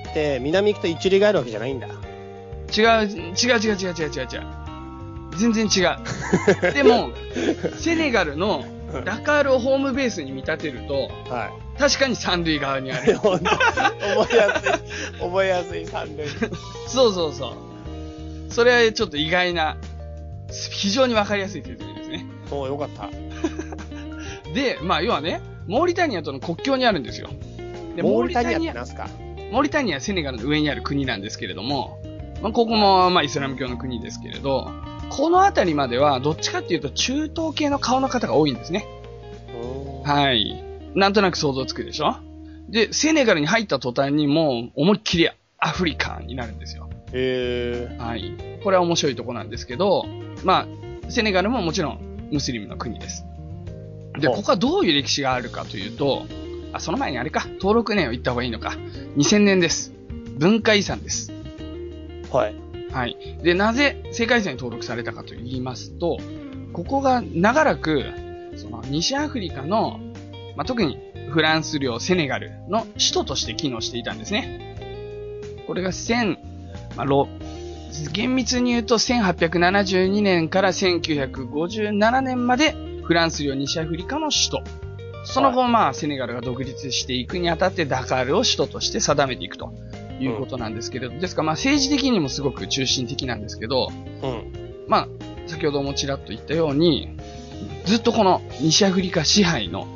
南行くと一類があるわけじゃないんだ。 違う、違う違う違う違う違う違う。全然違う。でも、セネガルのダカールをホームベースに見立てると、 はい、 確かに三塁側にある。 覚えやすい、覚えやすい三塁。 そうそうそう。それはちょっと意外な、非常にわかりやすい説明ですね。 おー、よかった。 で、まあ要はね、モーリタニアとの国境にあるんですよ。 でモーリタニアって何すか？ モーリタニアはセネガルの上にある国なんですけれども、まあ、ここもまあイスラム教の国ですけれど、この辺りまではどっちかっていうと中東系の顔の方が多いんですね。はい。なんとなく想像つくでしょ？で、セネガルに入った途端にもう思いっきりアフリカンになるんですよ。 へー。 はい。これは面白いとこなんですけど、まあ、セネガルももちろんムスリムの国です。で、ここはどういう歴史があるかというと、あ、その前にあれか、登録年を言った方がいいのか。にせんねんです。文化遺産です。 はい。 はい。で、なぜ世界遺産に登録されたかと言いますと、ここが長らく、その西アフリカの、まあ、特にフランス領セネガルの首都として機能していたんですね。これが千、まあ、厳密に言うとせんはっぴゃくななじゅうにねんからせんきゅうひゃくごじゅうななねんまでフランス領西アフリカの首都。その後、まあ、セネガルが独立していくにあたってダカールを首都として定めていくということなんですけれど、うん、ですから、まあ、政治的にもすごく中心的なんですけど、 うん、 まあ、先ほどもちらっと言ったように、ずっとこの西アフリカ支配の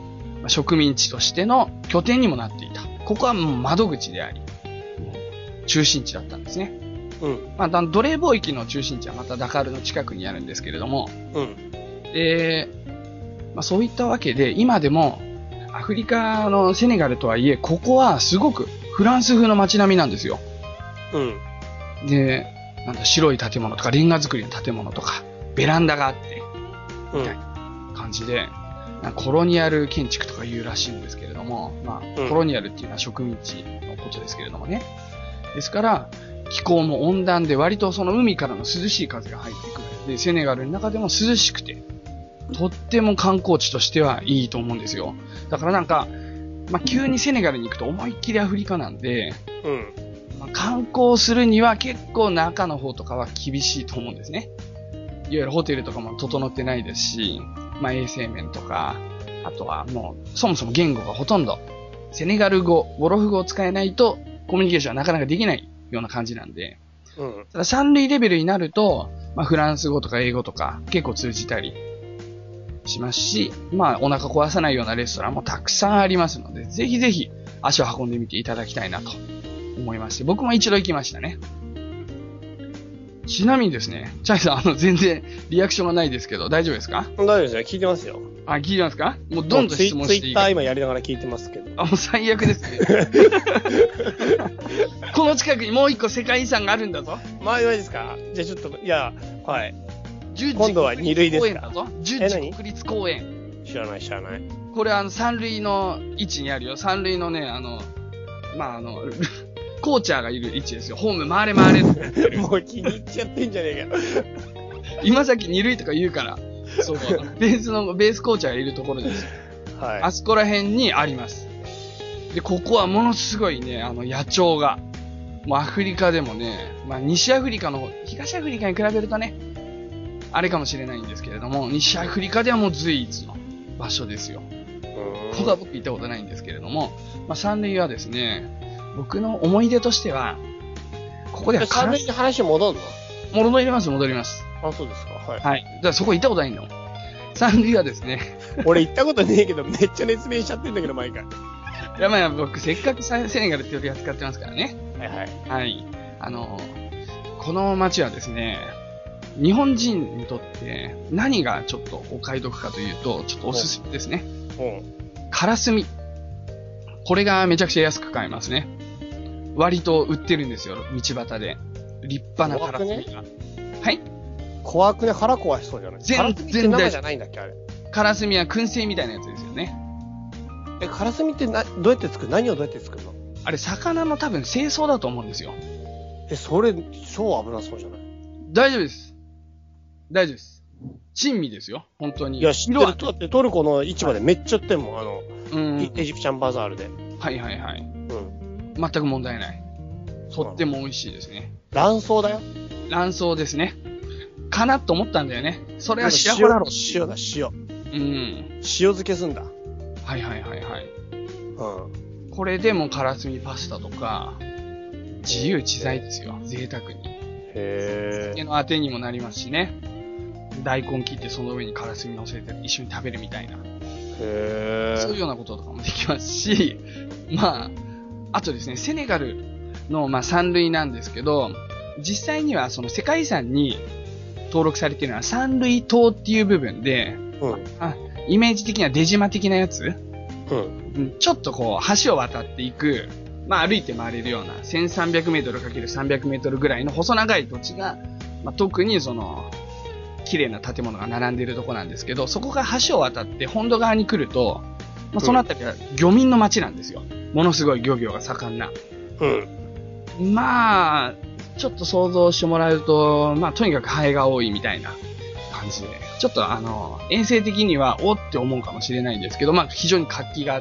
植民地としての拠点にもなっていた。ここはもう窓口であり、中心地だったんですね。 うん。 まあ、奴隷貿易の中心地はまたダカールの近くにあるんですけれども、 うん。 で、まあ、そういったわけで、今でもアフリカのセネガルとはいえ、ここはすごくフランス風の街並みなんですよ。 うん。 で、なんだ、白い建物とか、レンガ造りの建物とか、ベランダがあって、みたいな感じで、コロニアル建築とか言うらしいんですけれども、まあ、 うん、 コロニアルっていうのは植民地のことですけれどもね。ですから、気候も温暖で割とその海からの涼しい風が入ってくる。で、セネガルの中でも涼しくて、とっても観光地としてはいいと思うんですよ。だからなんか、まあ、急にセネガルに行くと思いっきりアフリカなんで、 うん。 まあ、観光するには結構中の方とかは厳しいと思うんですね。いわゆるホテルとかも整ってないですし、まあ、衛生面とか、あとはもう、そもそも言語がほとんど、セネガル語、ウォロフ語を使えないと、コミュニケーションはなかなかできないような感じなんで、 うん。 ただ三類レベルになると、まあ、フランス語とか英語とか結構通じたりしますし、まあ、お腹壊さないようなレストランもたくさんありますので、ぜひぜひ足を運んでみていただきたいなと思いまして、僕も一度行きましたね。ちなみにですね、チャイさん、あの、全然リアクションがないですけど、大丈夫ですか？ 大丈夫ですよ。聞いてますよ。 あ、聞いてますか？もうどんどん質問していい。 ツイッター今やりながら聞いてますけど。 あ、もう最悪ですね。この近くにもう一個世界遺産があるんだぞ。 まあ、いいですか？じゃあちょっと、いや、はい。 十字今度は二類ですか？ 十字国立公園。 知らない知らない。 これあの三類の位置にあるよ。三類のね、あの、まあ、あの、コーチャーがいる位置ですよ。ホーム回れ回れ。 もう気に入っちゃってんじゃねえか。 今さっき二類とか言うから、そう、ベースの、ベースコーチャーがいるところです。 はい。 あそこら辺にあります。で、ここはものすごいね、あの、野鳥が、もうアフリカでもね、まあ西アフリカの方、東アフリカに比べるとね、あれかもしれないんですけれども、西アフリカではもう随一の場所ですよ。ここは僕行ったことないんですけれども、まあ三類はですね、僕の思い出としては、ここでは三類に話戻るの戻ります、戻ります。 あ、そうですか。はい。 はい。だからそこ行ったことないんだもん。三類はですね。 俺行ったことねえけど、めっちゃ熱弁しちゃってんだけど、毎回。 いや、まあ僕、せっかくセネガルって呼び扱ってますからね。 はいはい。 はい。あの、この街はですね、日本人にとって何がちょっとお買い得かというと、ちょっとおすすめですね。 うん。 カラスミ。これがめちゃくちゃ安く買えますね。割と売ってるんですよ、道端で。立派なカラスミが。はい。 怖くね、腹壊しそうじゃない？ 全然生じゃないんだっけ、あれ。 カラスミは燻製みたいなやつですよね。 え、カラスミってな、どうやって作る？何をどうやって作るの？ あれ、魚の多分清掃だと思うんですよ。 え、それ、超危なそうじゃない？ 大丈夫です。大丈夫です。珍味ですよ、本当に。 いや、知ってる。だってトルコの市場でめっちゃ売ってんもん、あの、うん、エジプシャンバザールで。 はいはいはい。うん。全く問題ない。とっても美味しいですね。 卵巣だよ。 卵巣ですね。かなと思ったんだよね。それは白子だろ。 塩だ、塩。 うん。 塩漬けすんだ。 はいはいはいはい。 うん。 これでもカラスミパスタとか、自由自在ですよ。贅沢に。 へー。 酒のあてにもなりますしね。大根切ってその上にカラスミ乗せて一緒に食べるみたいな。 へー。 そういうようなこととかもできますし、まあ、あとですね、セネガルの、まあ、三類なんですけど、実際にはその世界遺産に登録されているのは三類島っていう部分で、 うん、 あイメージ的には出島的なやつ、 うん、 ちょっとこう橋を渡っていく、まあ歩いて回れるような せんさんびゃくメートルかけるさんびゃくメートルぐらいの細長い土地が、まあ、特にその綺麗な建物が並んでいるとこなんですけど、そこが橋を渡って本土側に来ると、まあ、そのあたりは漁民の町なんですよ。ものすごい漁業が盛んな。 うん。 まあ、ちょっと想像してもらうと、まあとにかくハエが多いみたいな感じで、ちょっとあの、衛生的にはおって思うかもしれないんですけど、まあ非常に活気があって、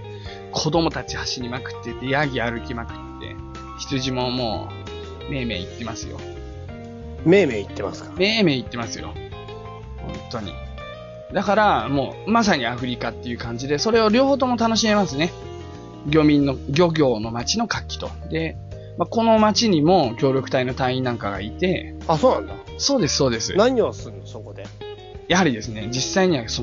子供たち走りまくってて、ヤギ歩きまくって、羊ももう、めいめい言ってますよ。 めいめい言ってますか？ めいめい言ってますよ。本当に。だから、もう、まさにアフリカっていう感じで、それを両方とも楽しめますね。漁民の、漁業の町の活気と。で、まあ、この町にも協力隊の隊員なんかがいて。 あ、そうなんだ。 そうです、そうです。 何をするの、そこで。 やはりですね、実際にはその、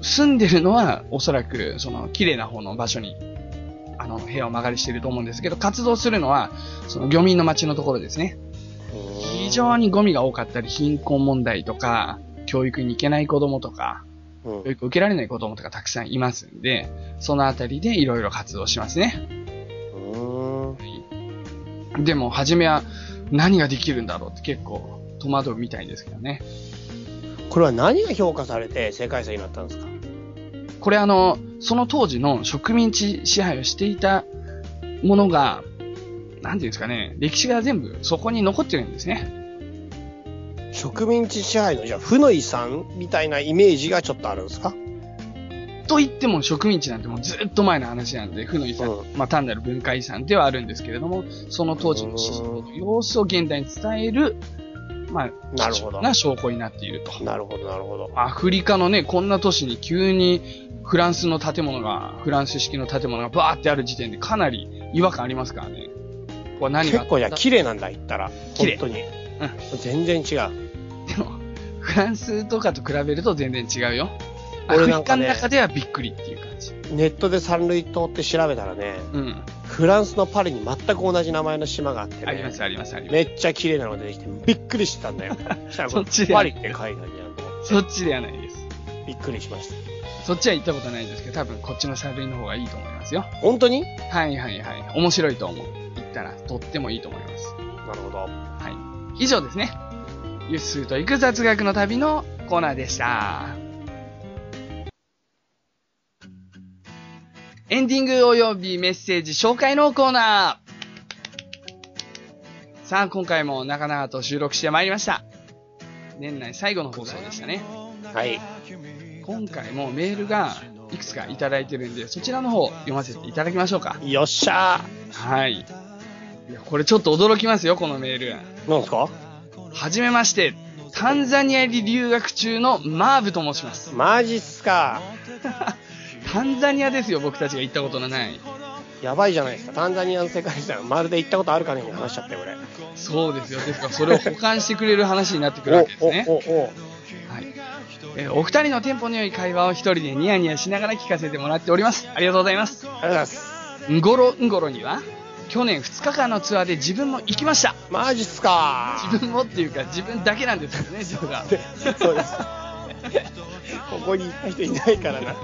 住んでるのはおそらくその綺麗な方の場所にあの部屋を間借りしていると思うんですけど、活動するのはその漁民の町のところですね。非常にゴミが多かったり、貧困問題とか、教育に行けない子供とか、 うん、 教育を受けられない子供とかたくさんいますんで、そのあたりでいろいろ活動しますね。 うーん。 でも、初めは何ができるんだろうって結構戸惑うみたいですけどね。 これは何が評価されて世界遺産になったんですか？ これあの、その当時の植民地支配をしていたものが、なんていうんですかね、歴史が全部そこに残ってるんですね。 植民地支配の、じゃあ、負の遺産みたいなイメージがちょっとあるんですか？ と言っても植民地なんてもうずっと前の話なんで、負の遺産、うん、まあ単なる文化遺産ではあるんですけれども、その当時の様子を現代に伝える、まあ、 なるほど。 な証拠になっていると。 なるほど、なるほど。 アフリカのね、こんな都市に急にフランスの建物が、フランス式の建物がバーってある時点でかなり違和感ありますからね。これ何が結構じゃ綺麗なんだ、言ったら。 綺麗。 本当に。うん。全然違う。 でも、フランスとかと比べると全然違うよ。アフリカの中ではびっくりっていう感じ。 ネットで三類島って調べたらね、 うん。 フランスのパリに全く同じ名前の島があってね。 ありますありますあります。 めっちゃ綺麗なのが出てきて、びっくりしてたんだよ。したらそっちでパリって海外にあるの。 そっちではないです。 びっくりしました。 そっちは行ったことないですけど、多分こっちの三類の方がいいと思いますよ。 本当に？ はいはいはい。面白いと思う。行ったらとってもいいと思います。 なるほど。 はい。以上ですね。ゆっすーと行く雑学の旅のコーナーでした。エンディング及びメッセージ紹介のコーナー。さあ、今回も長々と収録してまいりました。年内最後の放送でしたね。 はい。 今回もメールがいくつかいただいてるんで、そちらの方読ませていただきましょうか。 よっしゃー。はい。いや、これちょっと驚きますよ、このメール。 なんですか？ はじめまして、タンザニアに留学中のマーブと申します。 マジっすか。 タンザニアですよ、僕たちが行ったことのない。 やばいじゃないですか。タンザニアの世界遺産、まるで行ったことあるかのように話しちゃってよ、俺。 そうですよ。ですから、それを保管してくれる話になってくるわけですね。 お、お、お、お。 はい。えー、お二人のテンポの良い会話を一人でニヤニヤしながら聞かせてもらっております。ありがとうございます。 ありがとうございます。 んごろんごろには、去年ふつかかんのツアーで自分も行きました。 マジっすか。 自分もっていうか、自分だけなんですけどね、実は。 そうです。ここに行った人いないからな。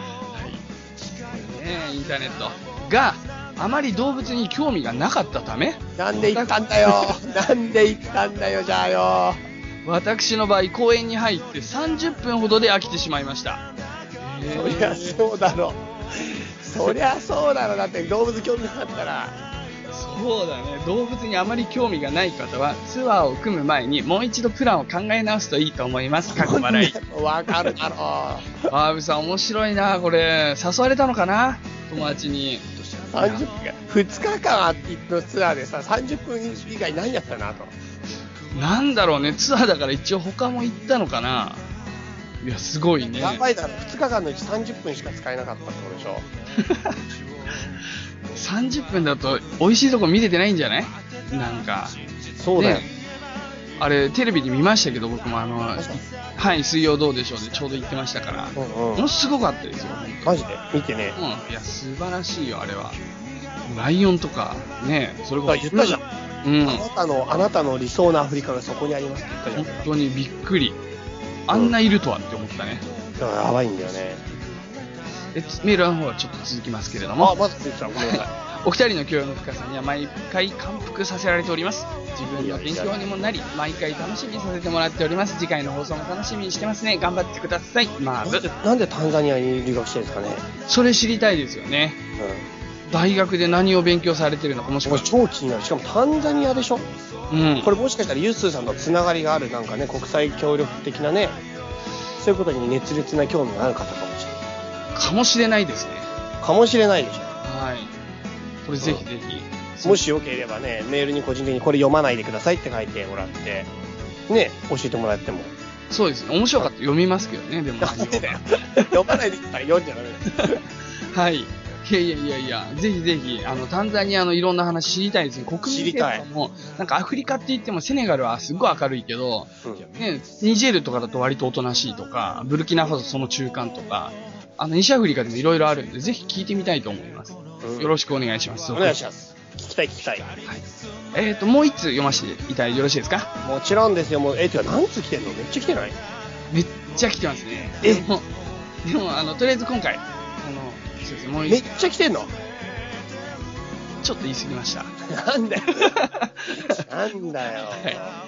インターネットがあまり動物に興味がなかったため、 なんで行ったんだよなんで行ったんだよじゃあよ。 私の場合公園に入ってさんじゅっぷんほどで飽きてしまいました。 そりゃそうだろそりゃそうだろ。だって動物興味なかったら。 そうだね。動物にあまり興味がない方はツアーを組む前にもう一度プランを考え直すといいと思います。過去笑い。 わかるだろう。バーブさん面白いなこれ。誘われたのかな、友達に。 さんじゅっぷんふつかかんのツアーでささんじゅっぷん以外何やったなと。 なんだろうね。ツアーだから一応他も行ったのかな。いやすごいね。 やばいだろ。ふつかかんのうちさんじゅっぷんしか使えなかったってことでしょ。 さんじゅっぷんだと美味しいとこ見れてないんじゃない？なんかそうだよ、ね、 あれテレビで見ましたけど、僕もあのはい水曜どうでしょうでちょうど行ってましたから、うんうん、ものすごかったですよ。 マジで見てね。 うん、いや素晴らしいよあれは。ライオンとかね、それこそ言ったじゃん、 うん、 あなたのあなたの理想のアフリカがそこにありますって言ったじゃん。 本当にびっくり。あんないるとはって思ったね。 だからやばいんだよね。 えメールの方はちょっと続きますけれども、 あ、まず続きた。ごめんなさい。 お二人の共有の深さには毎回感服させられております。自分の勉強にもなり、毎回楽しみにさせてもらっております。次回の放送も楽しみにしてますね。頑張ってください。マーブ。 なんでタンザニアに留学してるんですかね。 それ知りたいですよね。うん、大学で何を勉強されてるのか、もしくは超気になる。しかもタンザニアでしょ。 うん。 これもしかしたらユースーさんとつながりがあるなんかね、国際協力的なね、そういうことに熱烈な興味がある方かもしれない。 かもしれないですね。 かもしれないでしょ。 はい。これぜひぜひ、 うん、もしよければね、メールに個人的にこれ読まないでくださいって書いてもらってね、教えてもらっても。 そうですね。面白かったら読みますけどね。でも読まないでください。読んじゃダメです。 はい。 いやいやいやいや、ぜひぜひ、あの、タンザニアのいろんな話知りたいですね。国民性とかも、なんかアフリカって言ってもセネガルはすっごい明るいけど、うん、ね、ニジェールとかだと割とおとなしいとか、ブルキナファソその中間とか、あの、西アフリカでもいろいろあるんで、ぜひ聞いてみたいと思います。うん、よろしくお願いします。 お願いします。聞きたい聞きたい。はい。 えっ、ー、と、もう一通読ませていただいてよろしいですか？ もちろんですよ。もう、えー、てか何通来てんの？めっちゃ来てない？ めっちゃ来てますね。えでも、でも、あの、とりあえず今回、あの、そうですね、もうめっちゃ来てんの？ ちょっと言い過ぎました。 なんだよ。なんだよ。はい、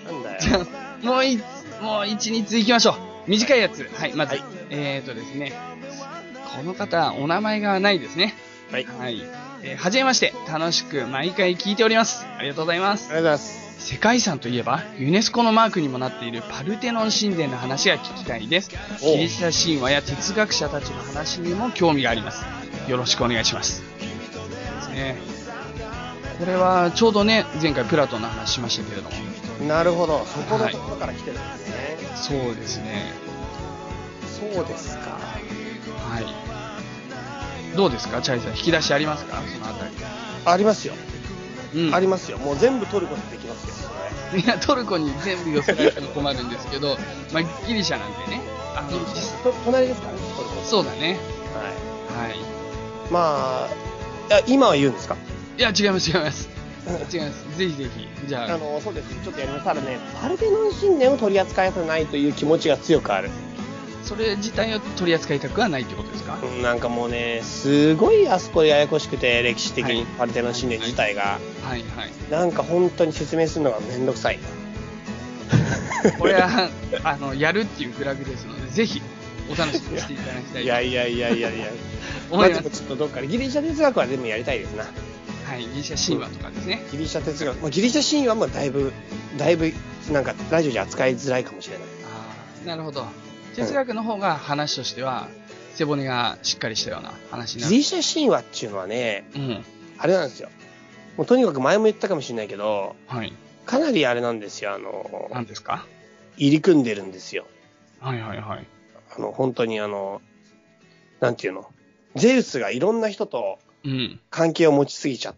なんだよ。 じゃあ、もう一、もう一、二通行きましょう。短いやつ。はい、まず。はい、えーとですね。この方、お名前がないですね。 はい。 はい。えー、はじめまして。楽しく毎回聞いております。ありがとうございます。 ありがとうございます。 世界遺産といえば、ユネスコのマークにもなっているパルテノン神殿の話が聞きたいです。ギリシャ神話や哲学者たちの話にも興味があります。よろしくお願いします。ですね。これはちょうどね、前回プラトンの話しましたけれども。 なるほど。そこのところから来てるんですね。 はい、そうですね。 そうですか。 はい。どうですか、チャイさん。引き出しありますか、そのあたり。 ありますよ。 うん、 ありますよ。もう全部トルコにできますよ。 それいや、トルコに全部寄せられたら困るんですけど、まあ、ギリシャなんでね。 あの、隣ですからね、トルコ。 そうだね。 はい。 はい。 まあ、いや、今は言うんですか？ いや、違います、違います。違います。ぜひぜひ。じゃあ。 あの、そうです。ちょっとやります。ただね、パルテノン神殿を取り扱いたくないという気持ちが強くある。 それ自体を取り扱いたくはないってことですか？ うん、なんかもうね、すごいあそこややこしくて、歴史的にパルテノン神殿自体が。 はい、はい。 なんか本当に説明するのがめんどくさい。 これは、あの、やるっていうフラグですので、ぜひ、お楽しみにしていただきたい。 いやいやいやいやいや。思います。まあ、ちょっとどっかでギリシャ哲学はでもやりたいですな。 はい、ギリシャ神話とかですね。 ギリシャ哲学、まあ、ギリシャ神話もだいぶ、だいぶ、なんか、ラジオじゃ扱いづらいかもしれない。 ああ、なるほど。哲学の方が話としては、背骨がしっかりしたような話になる。 ギリシャ神話っていうのはね、 うん、 あれなんですよ。もうとにかく前も言ったかもしれないけど、 はい、 かなりあれなんですよ。あの、 何ですか？ 入り組んでるんですよ。 はいはいはい。 あの、本当にあの、なんていうの、ゼウスがいろんな人と関係を持ちすぎちゃって、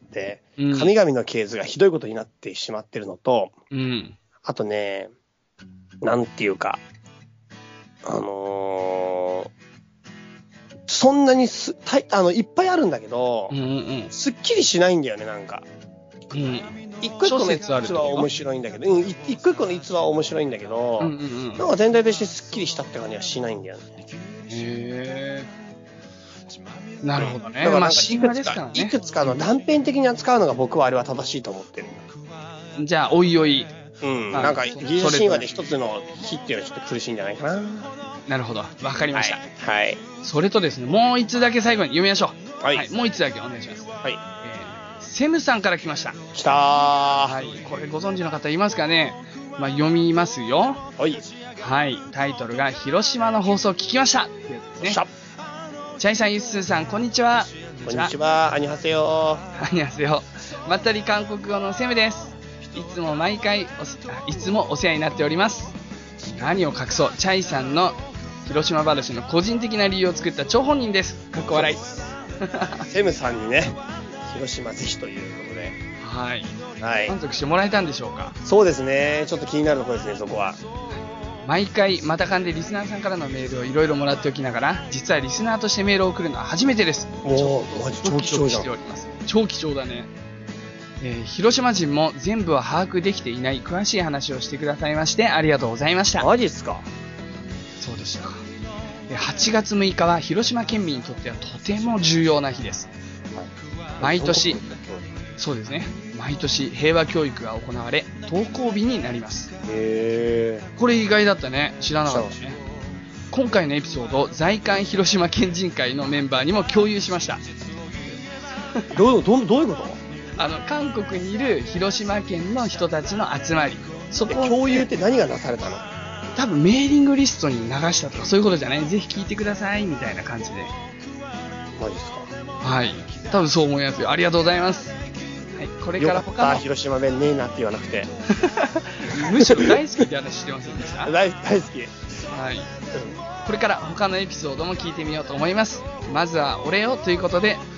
うん、神々の系図がひどいことになってしまってるのと、 うん、 あとね、なんていうか、あのー、そんなにす、たい、あの、いっぱいあるんだけど、 うんうん、 すっきりしないんだよね、なんか。 うん、 一個一個の逸話は面白いんだけど、うん、一個一個の逸話は面白いんだけど、 うんうんうん、 なんか全体としてすっきりしたって感じはしないんだよね。 へー。なるほどね。 だからまあ、神話ですからね。 いくつかの断片的に扱うのが僕はあれは正しいと思ってる。 じゃあ、おいおい。 うん、まあ、なんか、ギリシャ神話で一つの日っていうのはちょっと苦しいんじゃないかな。 なるほど。わかりました。 はい。はい、 それとですね、もう一つだけ最後に読みましょう。 はい。 はい、もう一つだけお願いします。 はい。 えー、セムさんから来ました。 来たー。 はい。これご存知の方いますかね？まあ、読みますよ。 はい。 はい。タイトルが、広島の放送聞きましたってやつですね。チャイさん、イッスーさん、こんにちは。 こんにちは。アニハセヨー。アニハセヨ。まったり韓国語のセムです。いつも毎回お、いつもお世話になっております。何を隠そう、チャイさんの広島話の個人的な理由を作った張本人です。かっこ笑い。 セムさんにね、広島ぜひということで。 はい。 はい。 満足してもらえたんでしょうか？ そうですね。ちょっと気になるところですね、そこは。 毎回、またかんでリスナーさんからのメールをいろいろもらっておきながら、実はリスナーとしてメールを送るのは初めてです。 おー、マジ超貴重じゃん。 超貴重だね。えー、広島人も全部は把握できていない詳しい話をしてくださいましてありがとうございました。 マジっすか？ そうでしたか。はちがつむいかは広島県民にとってはとても重要な日です。はい、毎年、そうですね。毎年平和教育が行われ登校日になります。 へー。 これ意外だったね。知らなかったね。今回のエピソードを在韓広島県人会のメンバーにも共有しました。 どういうどどういうこと？ あの韓国にいる広島県の人たちの集まり、 そこ共有って何がなされたの？ 多分メーリングリストに流したとかそういうことじゃない？ぜひ聞いてくださいみたいな感じで。 マジですか？ はい、多分そう思いますよ。ありがとうございます。はい、これから他の。 よかった、広島弁ねえなって言わなくて。 むしろ大好きって話してませんでした？ 大, 大好き。 はい。これから他のエピソードも聞いてみようと思います。まずはお礼をということで、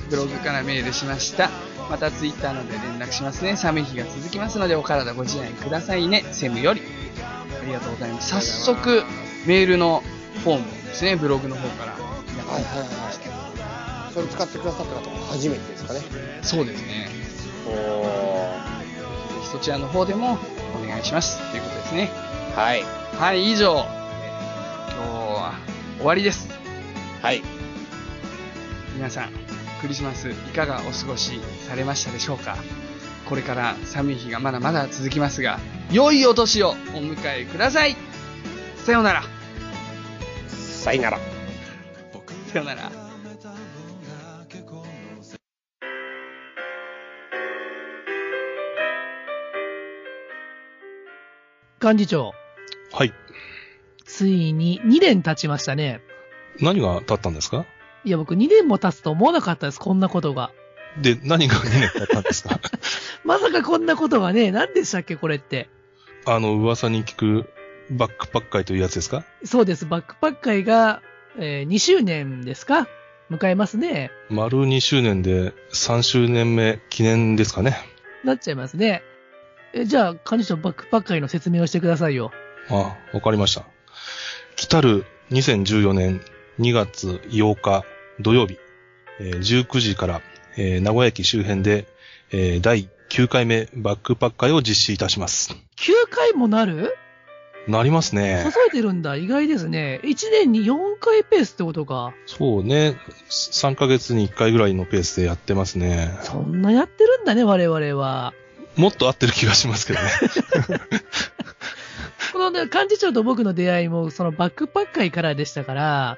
ブログからメールしました。またツイッターなどで連絡しますね。寒い日が続きますのでお体ご自愛くださいね。セムより。ありがとうございます。早速、メールのフォームですね、ブログの方から。 はいはいはい。それ使ってくださった方も初めてですかね。 そうですね。 おー。 ぜひそちらの方でもお願いします。ということですね。 はい。 はい、以上。今日は終わりです。 はい。 皆さん、クリスマスいかがお過ごしされましたでしょうか。これから寒い日がまだまだ続きますが、良いお年をお迎えください。さようなら。 さよなら。 さようなら。 幹事長。 はい。 ついににねん経ちましたね。 何が経ったんですか？ いや、僕にねんも経つと思わなかったです、こんなことが。 で、何がにねん経ったんですか？ まさかこんなことがね、何でしたっけ、これって。 あの、噂に聞くバックパック会というやつですか？ そうです、バックパック会が、えー、にしゅうねんですか？迎えますね。 丸にしゅうねんでさんしゅうねんめ記念ですかね。 なっちゃいますね。え、じゃあ、幹事長バックパック会の説明をしてくださいよ。 ああ、わかりました。来たるにせんじゅうよねんにがつようか土曜日、えー、じゅうくじから、えー、名古屋駅周辺で、えー、だいきゅうかいめバックパック会を実施いたします。 きゅうかいもなる？ なりますね。 数えてるんだ。意外ですね。いちねんによんかいペースってことか。 そうね。さんかげつにいっかいぐらいのペースでやってますね。 そんなやってるんだね、我々は。 もっと合ってる気がしますけどね。 このね、幹事長と僕の出会いも、そのバックパック会からでしたから、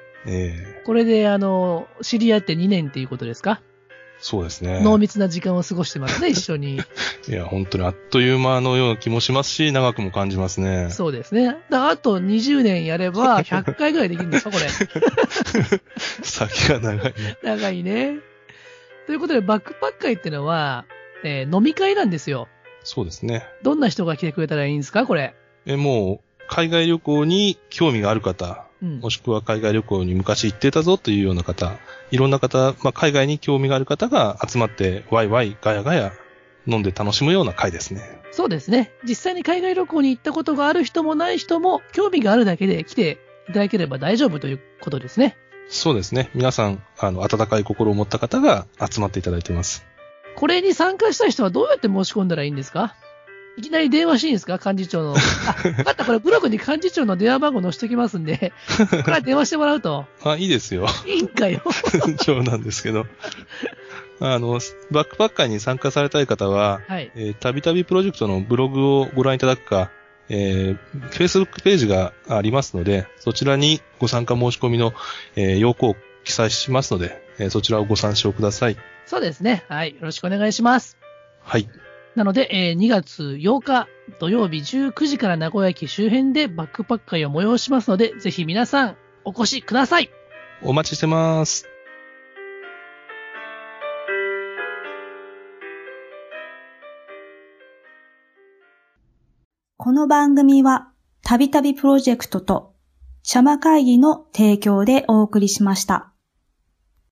ええ、 これで、あの、知り合ってにねんっていうことですか？ そうですね。 濃密な時間を過ごしてますね、一緒に。 いや、本当にあっという間のような気もしますし、長くも感じますね。 そうですね。だからあとにじゅうねんやれば、ひゃっかいぐらいできるんですか、これ。 先が長いね。 長いね。ということで、バックパック会ってのは、えー飲み会なんですよ。 そうですね。 どんな人が来てくれたらいいんですか、これ。 え、もう、海外旅行に興味がある方、 うん、 もしくは海外旅行に昔行ってたぞというような方、いろんな方、まあ、海外に興味がある方が集まって、ワイワイ、ガヤガヤ、飲んで楽しむような会ですね。 そうですね。実際に海外旅行に行ったことがある人もない人も、興味があるだけで来ていただければ大丈夫ということですね。 そうですね。皆さん、あの、温かい心を持った方が集まっていただいています。 これに参加したい人はどうやって申し込んだらいいんですか？いきなり電話していいんですか？幹事長の。あ、分かった。これブログに幹事長の電話番号載せておきますんで、ここから電話してもらうと。 あ、いいですよ。 いいんかよ。 冗談ですけど。あの、バックパッカーに参加されたい方は、 はい。 えー、たびたびプロジェクトのブログをご覧いただくか、えー、Facebook ページがありますので、そちらにご参加申し込みの、えー、要項を記載しますので、えー、そちらをご参照ください。 そうですね。はい。よろしくお願いします。 はい。 なので、えー、にがつようか土曜日じゅうくじから名古屋駅周辺でバックパック会を催しますので、ぜひ皆さんお越しください。 お待ちしてます。 この番組はたびたびプロジェクトと茶間会議の提供でお送りしました。